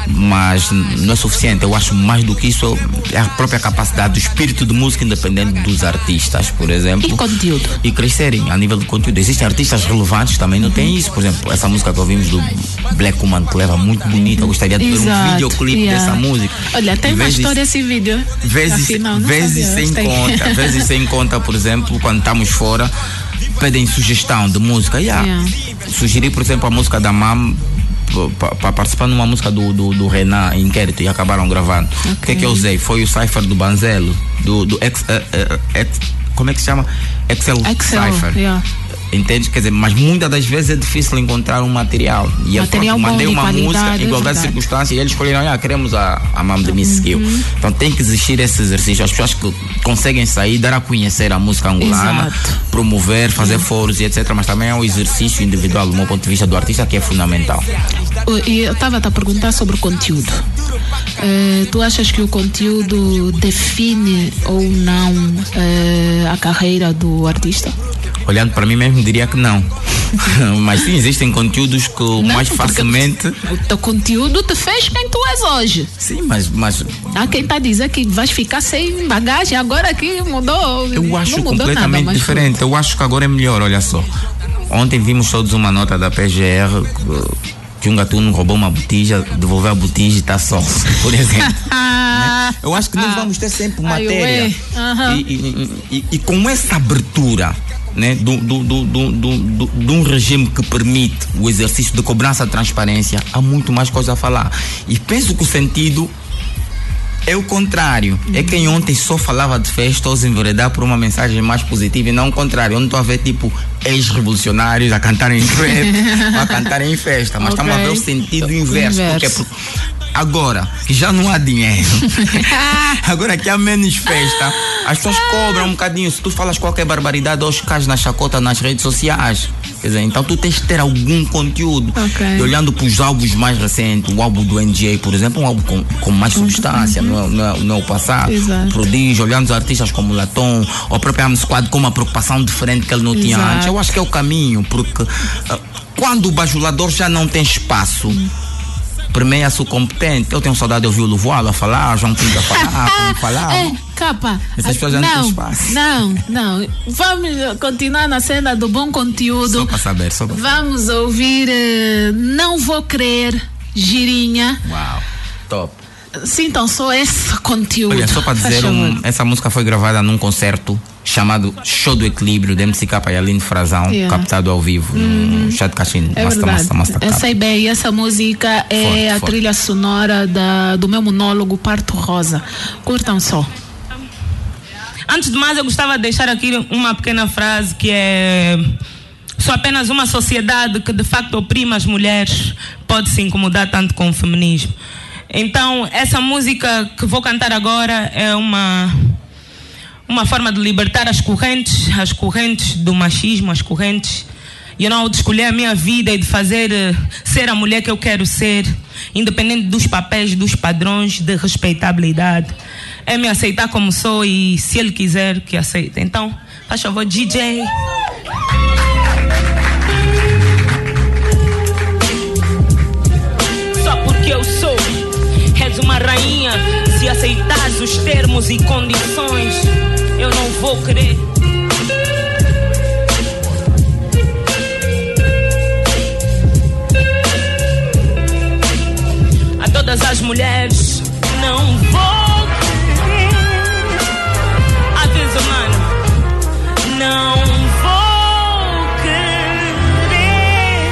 mas não é suficiente. Eu acho mais do que isso é a própria capacidade do espírito de música independente dos artistas, por exemplo. E conteúdo. E crescerem a nível de conteúdo. Existem artistas relevantes também, não tem isso. Por exemplo, essa música que ouvimos do Black Woman, que leva muito bonita. Eu gostaria de ver Exato. um videoclipe yeah. dessa música. Olha, tem uma história esse vídeo. Vezes, Afinal, vezes sem conta, vezes sem conta, por exemplo, quando estamos fora, pedem sugestão de música. Yeah. Yeah. Sugeri, por exemplo, a música da Mam para participar numa música do, do, do Renan Inquérito, e acabaram gravando. Okay. O que é que eu usei? Foi o Cypher do Banzelo, do, do ex, uh, uh, ex, como é que se chama? Excel, Excel Cypher. Yeah. Entende? Quer dizer, mas muitas das vezes é difícil encontrar um material. E material eu pronto, mandei uma música, é igualdade de circunstâncias, e eles escolheram, ah, queremos a, a Mam de Miss Skill. Uhum. Então tem que existir esse exercício. As pessoas que conseguem sair, dar a conhecer a música angolana, Exato. promover, fazer uhum. fóruns e etcétera. Mas também é um exercício individual, do meu ponto de vista do artista, que é fundamental. E eu estava a te perguntar sobre o conteúdo. Uh, tu achas que o conteúdo define ou não uh, a carreira do artista? Olhando para mim mesmo, diria que não. Mas sim, existem conteúdos que não, mais facilmente... O teu conteúdo te fez quem tu faz hoje. Sim, mas... mas... Há quem tá dizendo que vais ficar sem bagagem, agora que mudou. Eu acho não mudou completamente nada, diferente. Foi. Eu acho que agora é melhor, olha só. Ontem vimos todos uma nota da P G R que um gatuno roubou uma botija, devolveu a botija e está só, por exemplo. Né? Eu acho que nós vamos ter sempre matéria. Uhum. E, e, e, e com essa abertura, né, do, do, do, do, do, do, de um regime que permite o exercício de cobrança de transparência, há muito mais coisa a falar. E penso que o sentido é o contrário. Uhum. É quem ontem só falava de festa ou se enveredar por uma mensagem mais positiva e não o contrário. Eu não estou a ver tipo ex-revolucionários a cantarem em trap ou a cantarem em festa, mas okay. estamos a ver o sentido inverso. inverso. Porque agora que já não há dinheiro, agora que há menos festa, as pessoas cobram um bocadinho. Se tu falas qualquer barbaridade, hoje cais na chacota nas redes sociais. Quer dizer, então tu tens de ter algum conteúdo. Okay. E olhando para os álbuns mais recentes, o álbum do N G A, por exemplo, um álbum com, com mais substância, uhum. não, é, não, é, não é o passado. Exato. O Prodígio, olhando os artistas como Latom, ou o próprio Am Squad com uma preocupação diferente que ele não tinha Exato. antes. Eu acho que é o caminho, porque uh, quando o bajulador já não tem espaço, uhum. permeia-se o competente. Eu tenho saudade de ouvir o Luvoalo a falar, João Pinto a falar, como falar. É, capa. Essas pessoas já não, não têm espaço. Não, não. Vamos continuar na cena do bom conteúdo. Só para saber, só para saber. Vamos ouvir uh, Não Vou Crer, Girinha. Uau, top. Sintam só esse conteúdo. Olha, só para dizer, um, essa música foi gravada num concerto chamado Show do Equilíbrio, de M C K e Aline Frazão, yeah. captado ao vivo uhum. no Chat Caixinho. É Master, verdade. Master, Master, Eu sei bem, essa música é forte, a forte. trilha sonora da, do meu monólogo Parto Rosa. Curtam só. Antes de mais, eu gostava de deixar aqui uma pequena frase que é: só apenas uma sociedade que de facto oprime as mulheres pode se incomodar tanto com o feminismo. Então, essa música que vou cantar agora é uma, uma forma de libertar as correntes, as correntes do machismo, as correntes, you know, de escolher a minha vida e de fazer, ser a mulher que eu quero ser, independente dos papéis, dos padrões de respeitabilidade. É me aceitar como sou e, se ele quiser, que aceite. Então, faz favor, D J. Só porque eu sou, és uma rainha. Se aceitares os termos e condições, eu não vou querer. A todas as mulheres, não vou querer. Avisa, mano, não vou querer.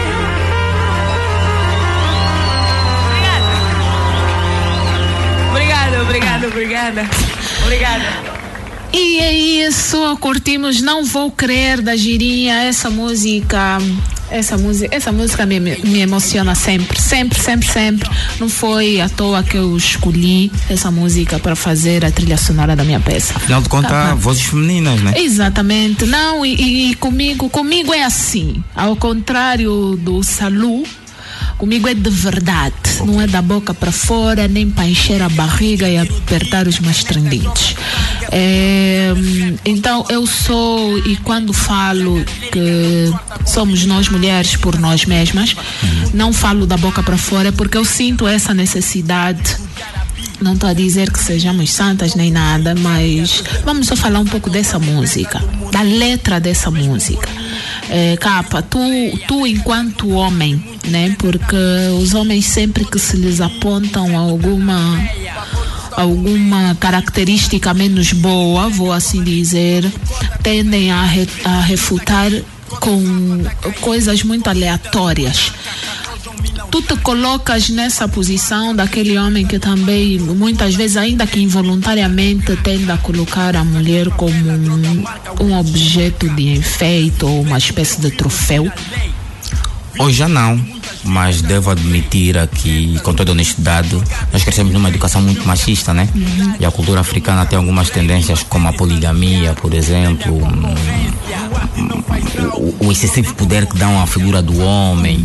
Obrigada, obrigada, obrigada, obrigada. E é isso, curtimos Não Vou Crer da Girinha. Essa música, essa música, essa música me, me emociona sempre, sempre, sempre, sempre. Não foi à toa que eu escolhi essa música para fazer a trilha sonora da minha peça. Afinal de contas, tá, vozes femininas, né? Exatamente. Não, e, e comigo, comigo é assim. Ao contrário do Salu, comigo é de verdade. Não é da boca para fora, nem para encher a barriga e apertar os mastrandites. É, então eu sou, e quando falo que somos nós mulheres por nós mesmas, não falo da boca para fora porque eu sinto essa necessidade. Não estou a dizer que sejamos santas nem nada, mas vamos só falar um pouco dessa música, da letra dessa música. É, Capa, tu, tu enquanto homem, né? Porque os homens sempre que se lhes apontam alguma alguma característica menos boa, vou assim dizer, tendem a, re, a refutar com coisas muito aleatórias. Tu te colocas nessa posição daquele homem que também, muitas vezes, ainda que involuntariamente, tende a colocar a mulher como um, um objeto de enfeite ou uma espécie de troféu? Hoje já não, mas devo admitir aqui, com toda honestidade, nós crescemos numa educação muito machista, né? Uhum. E a cultura africana tem algumas tendências como a poligamia, por exemplo, um, o, o excessivo poder que dão à figura do homem, uhum.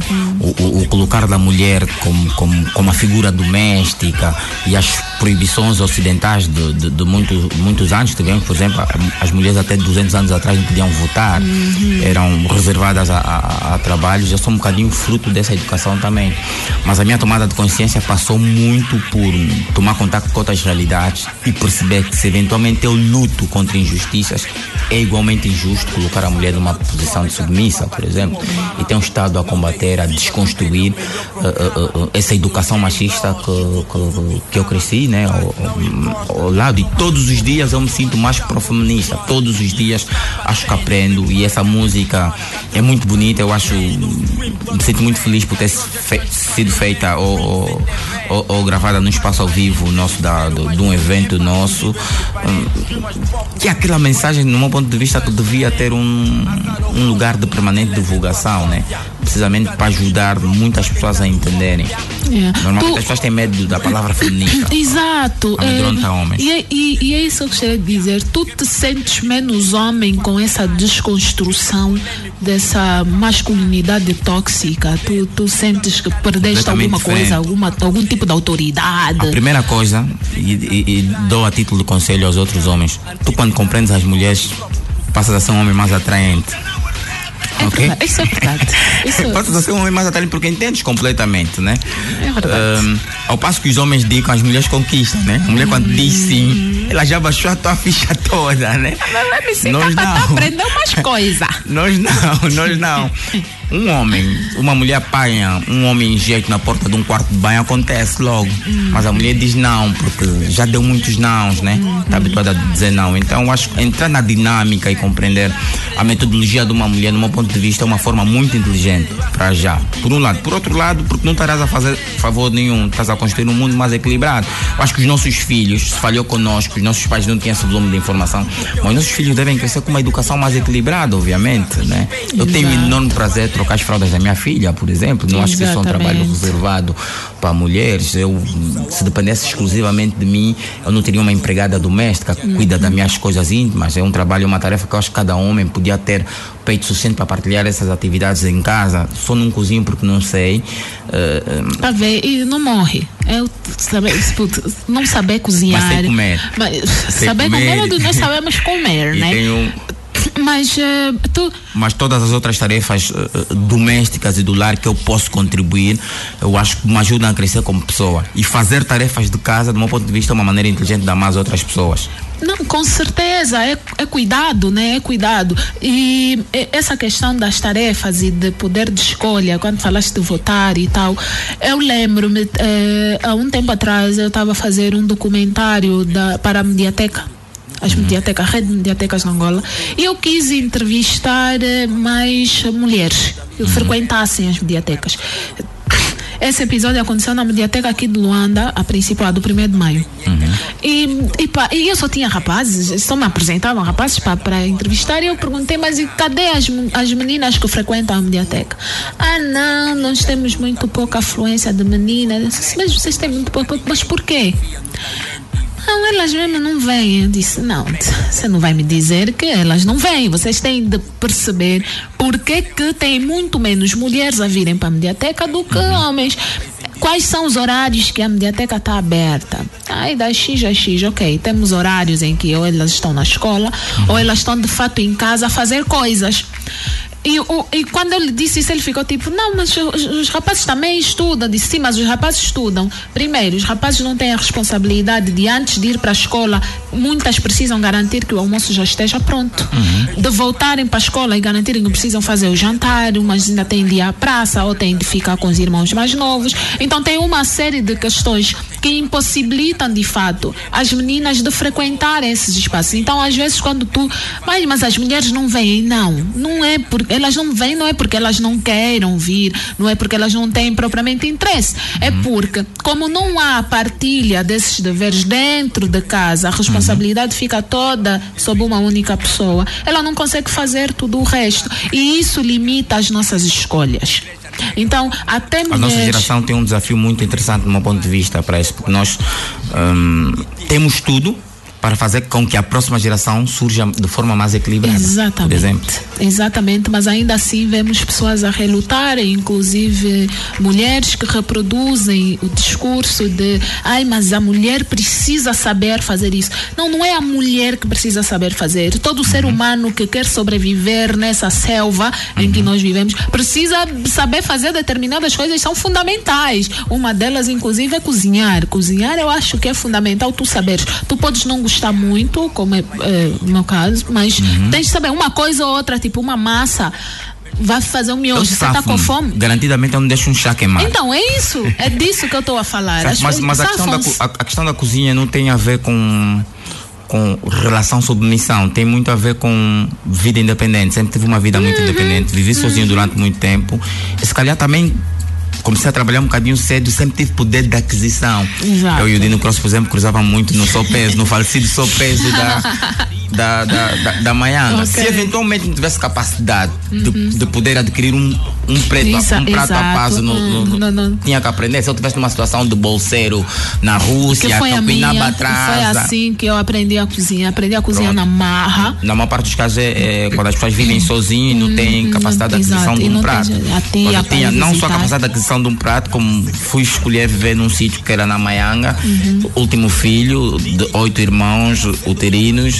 o, o, o colocar da mulher como, como, como a figura doméstica e as proibições ocidentais de, de, de muitos, muitos anos. Tivemos, por exemplo, as mulheres até duzentos anos atrás não podiam votar, uhum. eram reservadas a, a, a trabalhos. Eu sou um bocadinho fruto dessa educação também. Mas a minha tomada de consciência passou muito por tomar contato com outras realidades e perceber que se eventualmente eu luto contra injustiças, é igualmente injusto colocar a mulher numa posição de submissa, por exemplo, e tem um Estado a combater, a desconstruir uh, uh, uh, essa educação machista que, que, que eu cresci, né, ao, ao lado, e todos os dias eu me sinto mais pró-feminista, todos os dias acho que aprendo, e essa música é muito bonita. Eu acho, me sinto muito feliz por ter fe, sido feita ou, ou, ou, ou gravada num espaço ao vivo nosso, da, do, de um evento nosso, um, que aquela mensagem, no meu ponto de vista, que devia ter um, um lugar de permanente divulgação, né? Precisamente para ajudar muitas pessoas a entenderem. Yeah. Normalmente tu... as pessoas têm medo da palavra feminista. Exato. Amedronta homens. E, e, e é isso que eu gostaria de dizer. Tu te sentes menos homem com essa desconstrução dessa masculinidade tóxica? Tu, tu sentes que perdeste alguma coisa, alguma, algum tipo de autoridade? A primeira coisa, e, e, e dou a título de conselho aos outros homens, tu quando compreendes as mulheres, passas a ser um homem mais atraente. É okay? verdade, isso é verdade. Isso é... Passas a ser um homem mais atraente porque entendes completamente, né? É verdade. Um, ao passo que os homens dicam, as mulheres conquistam, né? A mulher quando diz sim, ela já baixou a tua ficha toda, né? Mas vai me nós não. Aprender umas coisas. Nós não, nós não. Um homem, uma mulher apanha um homem em jeito na porta de um quarto de banho, acontece logo. Hum. Mas a mulher diz não, porque já deu muitos nãos, né? Está habituada a dizer não. Então eu acho que entrar na dinâmica e compreender a metodologia de uma mulher, do meu ponto de vista, é uma forma muito inteligente, para já. Por um lado. Por outro lado, porque não estarás a fazer favor nenhum, estás a construir um mundo mais equilibrado. Eu acho que os nossos filhos, se falhou connosco, os nossos pais não tinham esse volume de informação, mas os nossos filhos devem crescer com uma educação mais equilibrada, obviamente, né? Eu tenho um enorme prazer de trocar as fraldas da minha filha, por exemplo. Não acho que isso é um trabalho reservado para mulheres. Eu, se dependesse exclusivamente de mim, eu não teria uma empregada doméstica que cuida das minhas coisas íntimas. É um trabalho, uma tarefa que eu acho que cada homem podia ter peito suficiente para partilhar essas atividades em casa. Só não cozinho porque não sei. Uh, Para ver, e não morre. Eu saber, não saber cozinhar. Mas sei comer. Mas, sei saber comer, comer nós sabemos comer, e né? Tenho... Mas uh, tu... Mas todas as outras tarefas uh, domésticas e do lar que eu posso contribuir, eu acho que me ajudam a crescer como pessoa. E fazer tarefas de casa, do meu ponto de vista, é uma maneira inteligente de amar as outras pessoas. Não, com certeza, é, é cuidado, né? É cuidado. E essa questão das tarefas e de poder de escolha, quando falaste de votar e tal, eu lembro-me, eh, há um tempo atrás eu estava a fazer um documentário da, para a Mediateca. As mediatecas, a rede de mediatecas na Angola, e eu quis entrevistar mais mulheres que uhum. frequentassem as mediatecas. Esse episódio aconteceu na mediateca aqui de Luanda, a princípio, do primeiro de maio. Uhum. E, e, pá, e eu só tinha rapazes, só me apresentavam rapazes para entrevistar, e eu perguntei, mas e cadê as, as meninas que frequentam a mediateca? Ah, não, nós temos muito pouca afluência de meninas. Mas vocês têm muito pouco, mas por quê? Não, elas mesmo não vêm. Eu disse, não, você não vai me dizer que elas não vêm. Vocês têm de perceber por que que tem muito menos mulheres a virem para a mediateca do que homens. Quais são os horários que a mediateca está aberta? Ai, das X a X, ok. Temos horários em que ou elas estão na escola uhum. ou elas estão de fato em casa a fazer coisas. E, o, e quando eu lhe disse isso, ele ficou tipo, não, mas os, os rapazes também estudam. Eu disse, sim, mas os rapazes estudam. Primeiro, os rapazes não têm a responsabilidade de, antes de ir para a escola, muitas precisam garantir que o almoço já esteja pronto. Uhum. De voltarem para a escola e garantirem que precisam fazer o jantar, umas ainda têm de ir à praça ou têm de ficar com os irmãos mais novos. Então tem uma série de questões que impossibilitam, de fato, as meninas de frequentarem esses espaços. Então, às vezes, quando tu... Mas, mas as mulheres não vêm. Não, não é porque... Elas não vêm, não é porque elas não queiram vir, não é porque elas não têm propriamente interesse. Uhum. É porque, como não há partilha desses deveres dentro de casa, a responsabilidade uhum. fica toda sob uma única pessoa. Ela não consegue fazer tudo o resto. E isso limita as nossas escolhas. Então, até mulheres... A nossa geração tem um desafio muito interessante do meu ponto de vista para isso, porque nós hum, temos tudo para fazer com que a próxima geração surja de forma mais equilibrada. Exatamente. Por exemplo. Exatamente, mas ainda assim vemos pessoas a relutarem, inclusive mulheres que reproduzem o discurso de ai, mas a mulher precisa saber fazer isso. Não, não é a mulher que precisa saber fazer. Todo uhum. ser humano que quer sobreviver nessa selva uhum. em que nós vivemos precisa saber fazer determinadas coisas, são fundamentais. Uma delas, inclusive, é cozinhar. Cozinhar eu acho que é fundamental tu saberes. Tu podes não gostar muito, como é, é o meu caso, mas uhum. tens de saber uma coisa ou outra, tipo uma massa. Vai fazer um miojo, você está com fome? Garantidamente eu não deixo um chá queimar. Então, é isso. É disso que eu estou a falar. Mas, mas, mas a, questão da, a, a questão da cozinha não tem a ver com, com relação submissão. Tem muito a ver com vida independente. Sempre tive uma vida muito uhum. independente. Vivi sozinho uhum. durante muito tempo. E se calhar também comecei a trabalhar um bocadinho cedo, sempre tive poder de aquisição. Exato. Eu e o Dino Cross, por exemplo, cruzava muito no Sopeso, no falecido Sopeso da, da, da, da, da Maianga. Okay. Se eventualmente não tivesse capacidade uhum. de, de poder adquirir um, um, preto, Isso, um prato exato. a passo, no, no, no, não, não. tinha que aprender. Se eu tivesse numa situação de bolseiro na Rússia, que capinava atrás. Foi assim que eu aprendi a cozinhar. Aprendi a cozinhar Pronto. na marra. Na maior parte dos casos é, é quando as pessoas vivem sozinhas e não têm capacidade de aquisição de um prato. Tem, eu tinha não só a capacidade de aquisição de um prato, como fui escolher viver num sítio que era na Maianga, uhum. último filho de oito irmãos uterinos,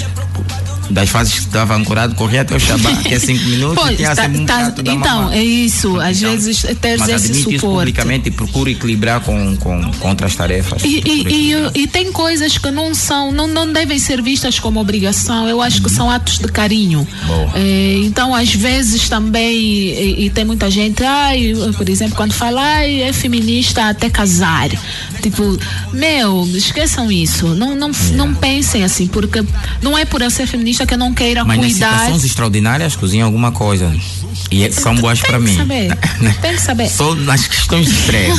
das fases que estava ancorado, corria até o Xabá, que é cinco minutos, pois, e tinha tá, um tá, então, mamãe. É isso, às então, vezes teres mas esse suporte. Isso publicamente e procuro equilibrar com, com, com outras tarefas. E, e, e, e tem coisas que não são, não, não devem ser vistas como obrigação, eu acho uhum. que são atos de carinho. É, então, às vezes também, e, e tem muita gente, ai, por exemplo, quando fala, ai, é feminista até casar. Tipo, meu, esqueçam isso. Não, não, yeah. não pensem assim, porque não é por eu ser feminista que eu não queira mas cuidar. Mas nas situações extraordinárias cozinham alguma coisa e são boas para mim. Saber. Tem que saber. Só nas questões de estresse.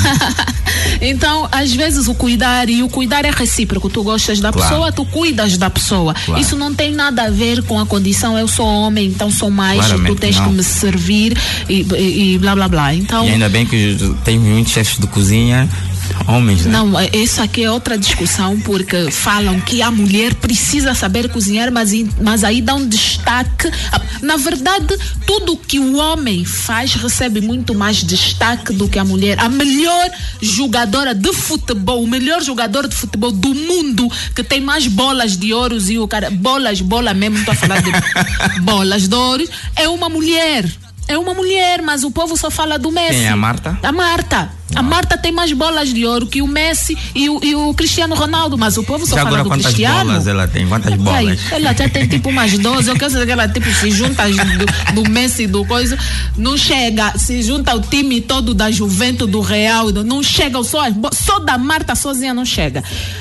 Então, às vezes o cuidar, e o cuidar é recíproco. Tu gostas da claro. pessoa, tu cuidas da pessoa. Claro. Isso não tem nada a ver com a condição, eu sou homem, então sou mais, Claramente, tu tens não. que me servir e, e, e blá blá blá. Então, e ainda bem que tem muitos chefes de cozinha homens, né? Não, isso aqui é outra discussão, porque falam que a mulher precisa saber cozinhar, mas, mas aí dá um destaque. Na verdade, tudo que o homem faz recebe muito mais destaque do que a mulher. A melhor jogadora de futebol, o melhor jogador de futebol do mundo, que tem mais bolas de ouro, e o cara, bolas, bola mesmo, não estou a falar de bolas de ouro, é uma mulher. É uma mulher, mas o povo só fala do Messi. Quem é a Marta? A Marta. Não. A Marta tem mais bolas de ouro que o Messi e o, e o Cristiano Ronaldo, mas o povo só já fala do Cristiano. Quantas bolas ela tem? Quantas bolas? Ela já tem tipo umas doze. Eu quero saber que ela tipo se junta do, do Messi e do coisa, não chega. Se junta o time todo da Juventus, do Real, não chega só, só da Marta sozinha não chega.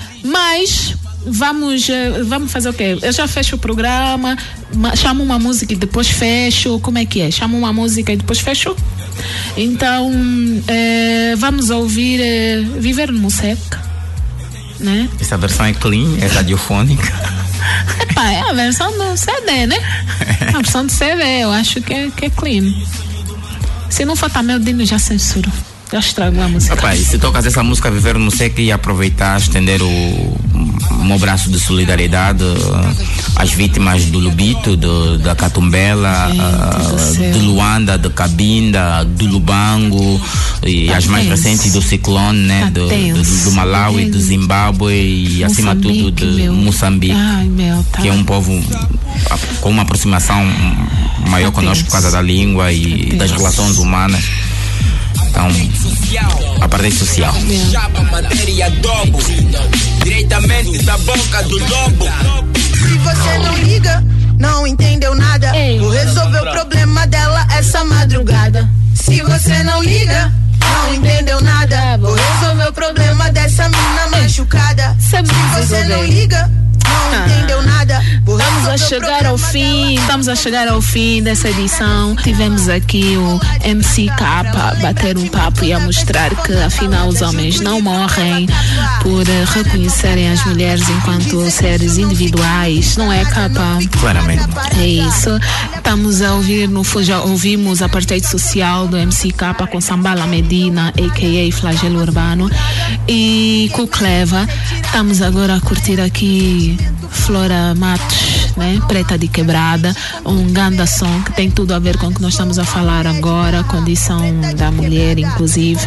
Mas vamos, vamos fazer o quê? Eu já fecho o programa, chamo uma música e depois fecho. Como é que é? Chamo uma música e depois fecho? Então, é, vamos ouvir é, Viver no Museca, né? Essa versão é clean, é radiofônica. Epá, é a versão do C D, né? A versão do C D, eu acho que é, que é clean. Se não for também, o Dino já censura. Já estragou a música. Rapaz, se tocas essa música Viver no Seca, e aproveitar, estender o, um abraço de solidariedade às vítimas do Lubito, do, da Catumbela, uh, do Luanda, do Cabinda, do Lubango, e tá as mais tenso. recentes do ciclone, né? Tá do, do, do Malawi, do Zimbábue e Moçambique, acima de tudo de meu. Moçambique. Ai, meu, tá. Que é um povo com uma aproximação maior tá conosco tenso. por causa da língua e tá das tenso. relações humanas. Então, a parte social. Chapa, matéria, adobo, diretamente da boca do lobo. Se você não liga, não entendeu nada, Ei. vou resolver o problema dela essa madrugada. Se você não liga, não entendeu nada, vou resolver o problema dessa mina machucada. Se você não liga, não entendeu nada, vou resolver Estamos a chegar ao fim, estamos a chegar ao fim dessa edição. Tivemos aqui o M C K a bater um papo e a mostrar que afinal os homens não morrem por reconhecerem as mulheres enquanto seres individuais, não é, Capa? Claramente. É isso. Estamos a ouvir, no, já ouvimos a Apartheid Social do M C K com Sambala Medina, a k a. Flagelo Urbano, e com Cleva. Estamos agora a curtir aqui Flora Matos, né? Preta de Quebrada, um ganda som que tem tudo a ver com o que nós estamos a falar agora, condição da mulher, inclusive.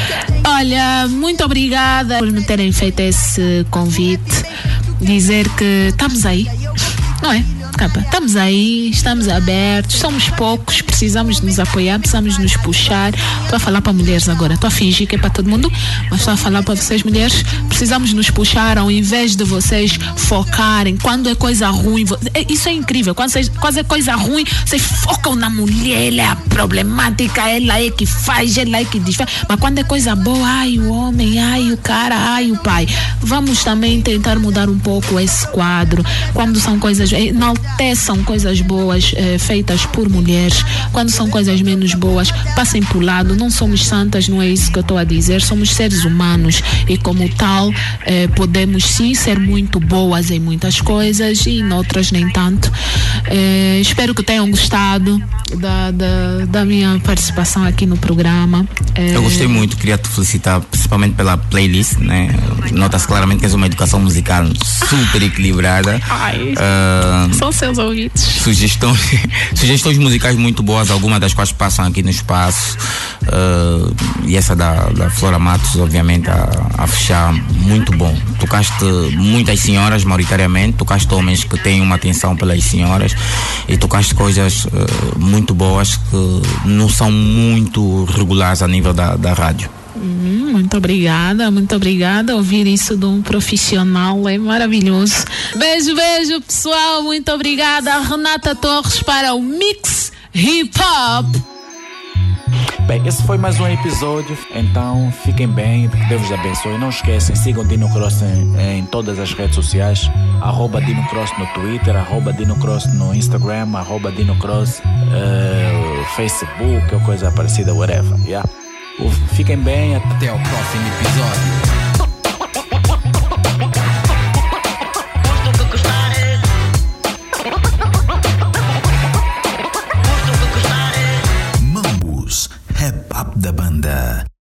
Olha, muito obrigada por me terem feito esse convite, dizer que estamos aí, não é? Capa, estamos aí, estamos abertos, somos poucos, precisamos nos apoiar, precisamos nos puxar. Estou a falar para mulheres agora, estou a fingir que é para todo mundo, mas estou a falar para vocês mulheres, precisamos nos puxar ao invés de vocês focarem quando é coisa ruim. Isso é incrível, quando, vocês, quando é coisa ruim, vocês focam na mulher, ela é a problemática, ela é que faz, ela é que desfaz. Mas quando é coisa boa, ai o homem, ai o cara, ai o pai. Vamos também tentar mudar um pouco esse quadro. Quando são coisas, enalteçam coisas boas eh, feitas por mulheres. Quando são coisas menos boas, passem por lado. Não somos santas, não é isso que eu estou a dizer. Somos seres humanos e como tal eh, podemos sim ser muito boas em muitas coisas e em outras nem tanto. Eh, espero que tenham gostado da, da, da minha participação aqui no programa. Eh, eu gostei muito, queria te felicitar principalmente pela playlist, né? Nota-se claramente que és uma educação musical super equilibrada. Ai, uh, são seus ouvidos. Sugestões, sugestões musicais muito boas, algumas das quais passam aqui no espaço. Uh, e essa da, da Flora Matos, obviamente, a, a fechar, muito bom. Tocaste muitas senhoras, maioritariamente, tocaste homens que têm uma atenção pelas senhoras e tocaste coisas uh, muito boas que não são muito regulares a nível da, da rádio. Hum, muito obrigada, muito obrigada. Ouvir isso de um profissional é maravilhoso. Beijo, beijo, pessoal. Muito obrigada. Renata Torres para o Mix Hip Hop. Bem, esse foi mais um episódio. Então fiquem bem, que Deus os abençoe. Não esquecem, sigam Dino Cross em, em todas as redes sociais. Arroba Dino Cross no Twitter, arroba Dino Cross no Instagram, arroba Dino Cross uh, Facebook ou coisa parecida, whatever, yeah? Fiquem bem, até o próximo episódio. Mambus, Rap Up da Banda.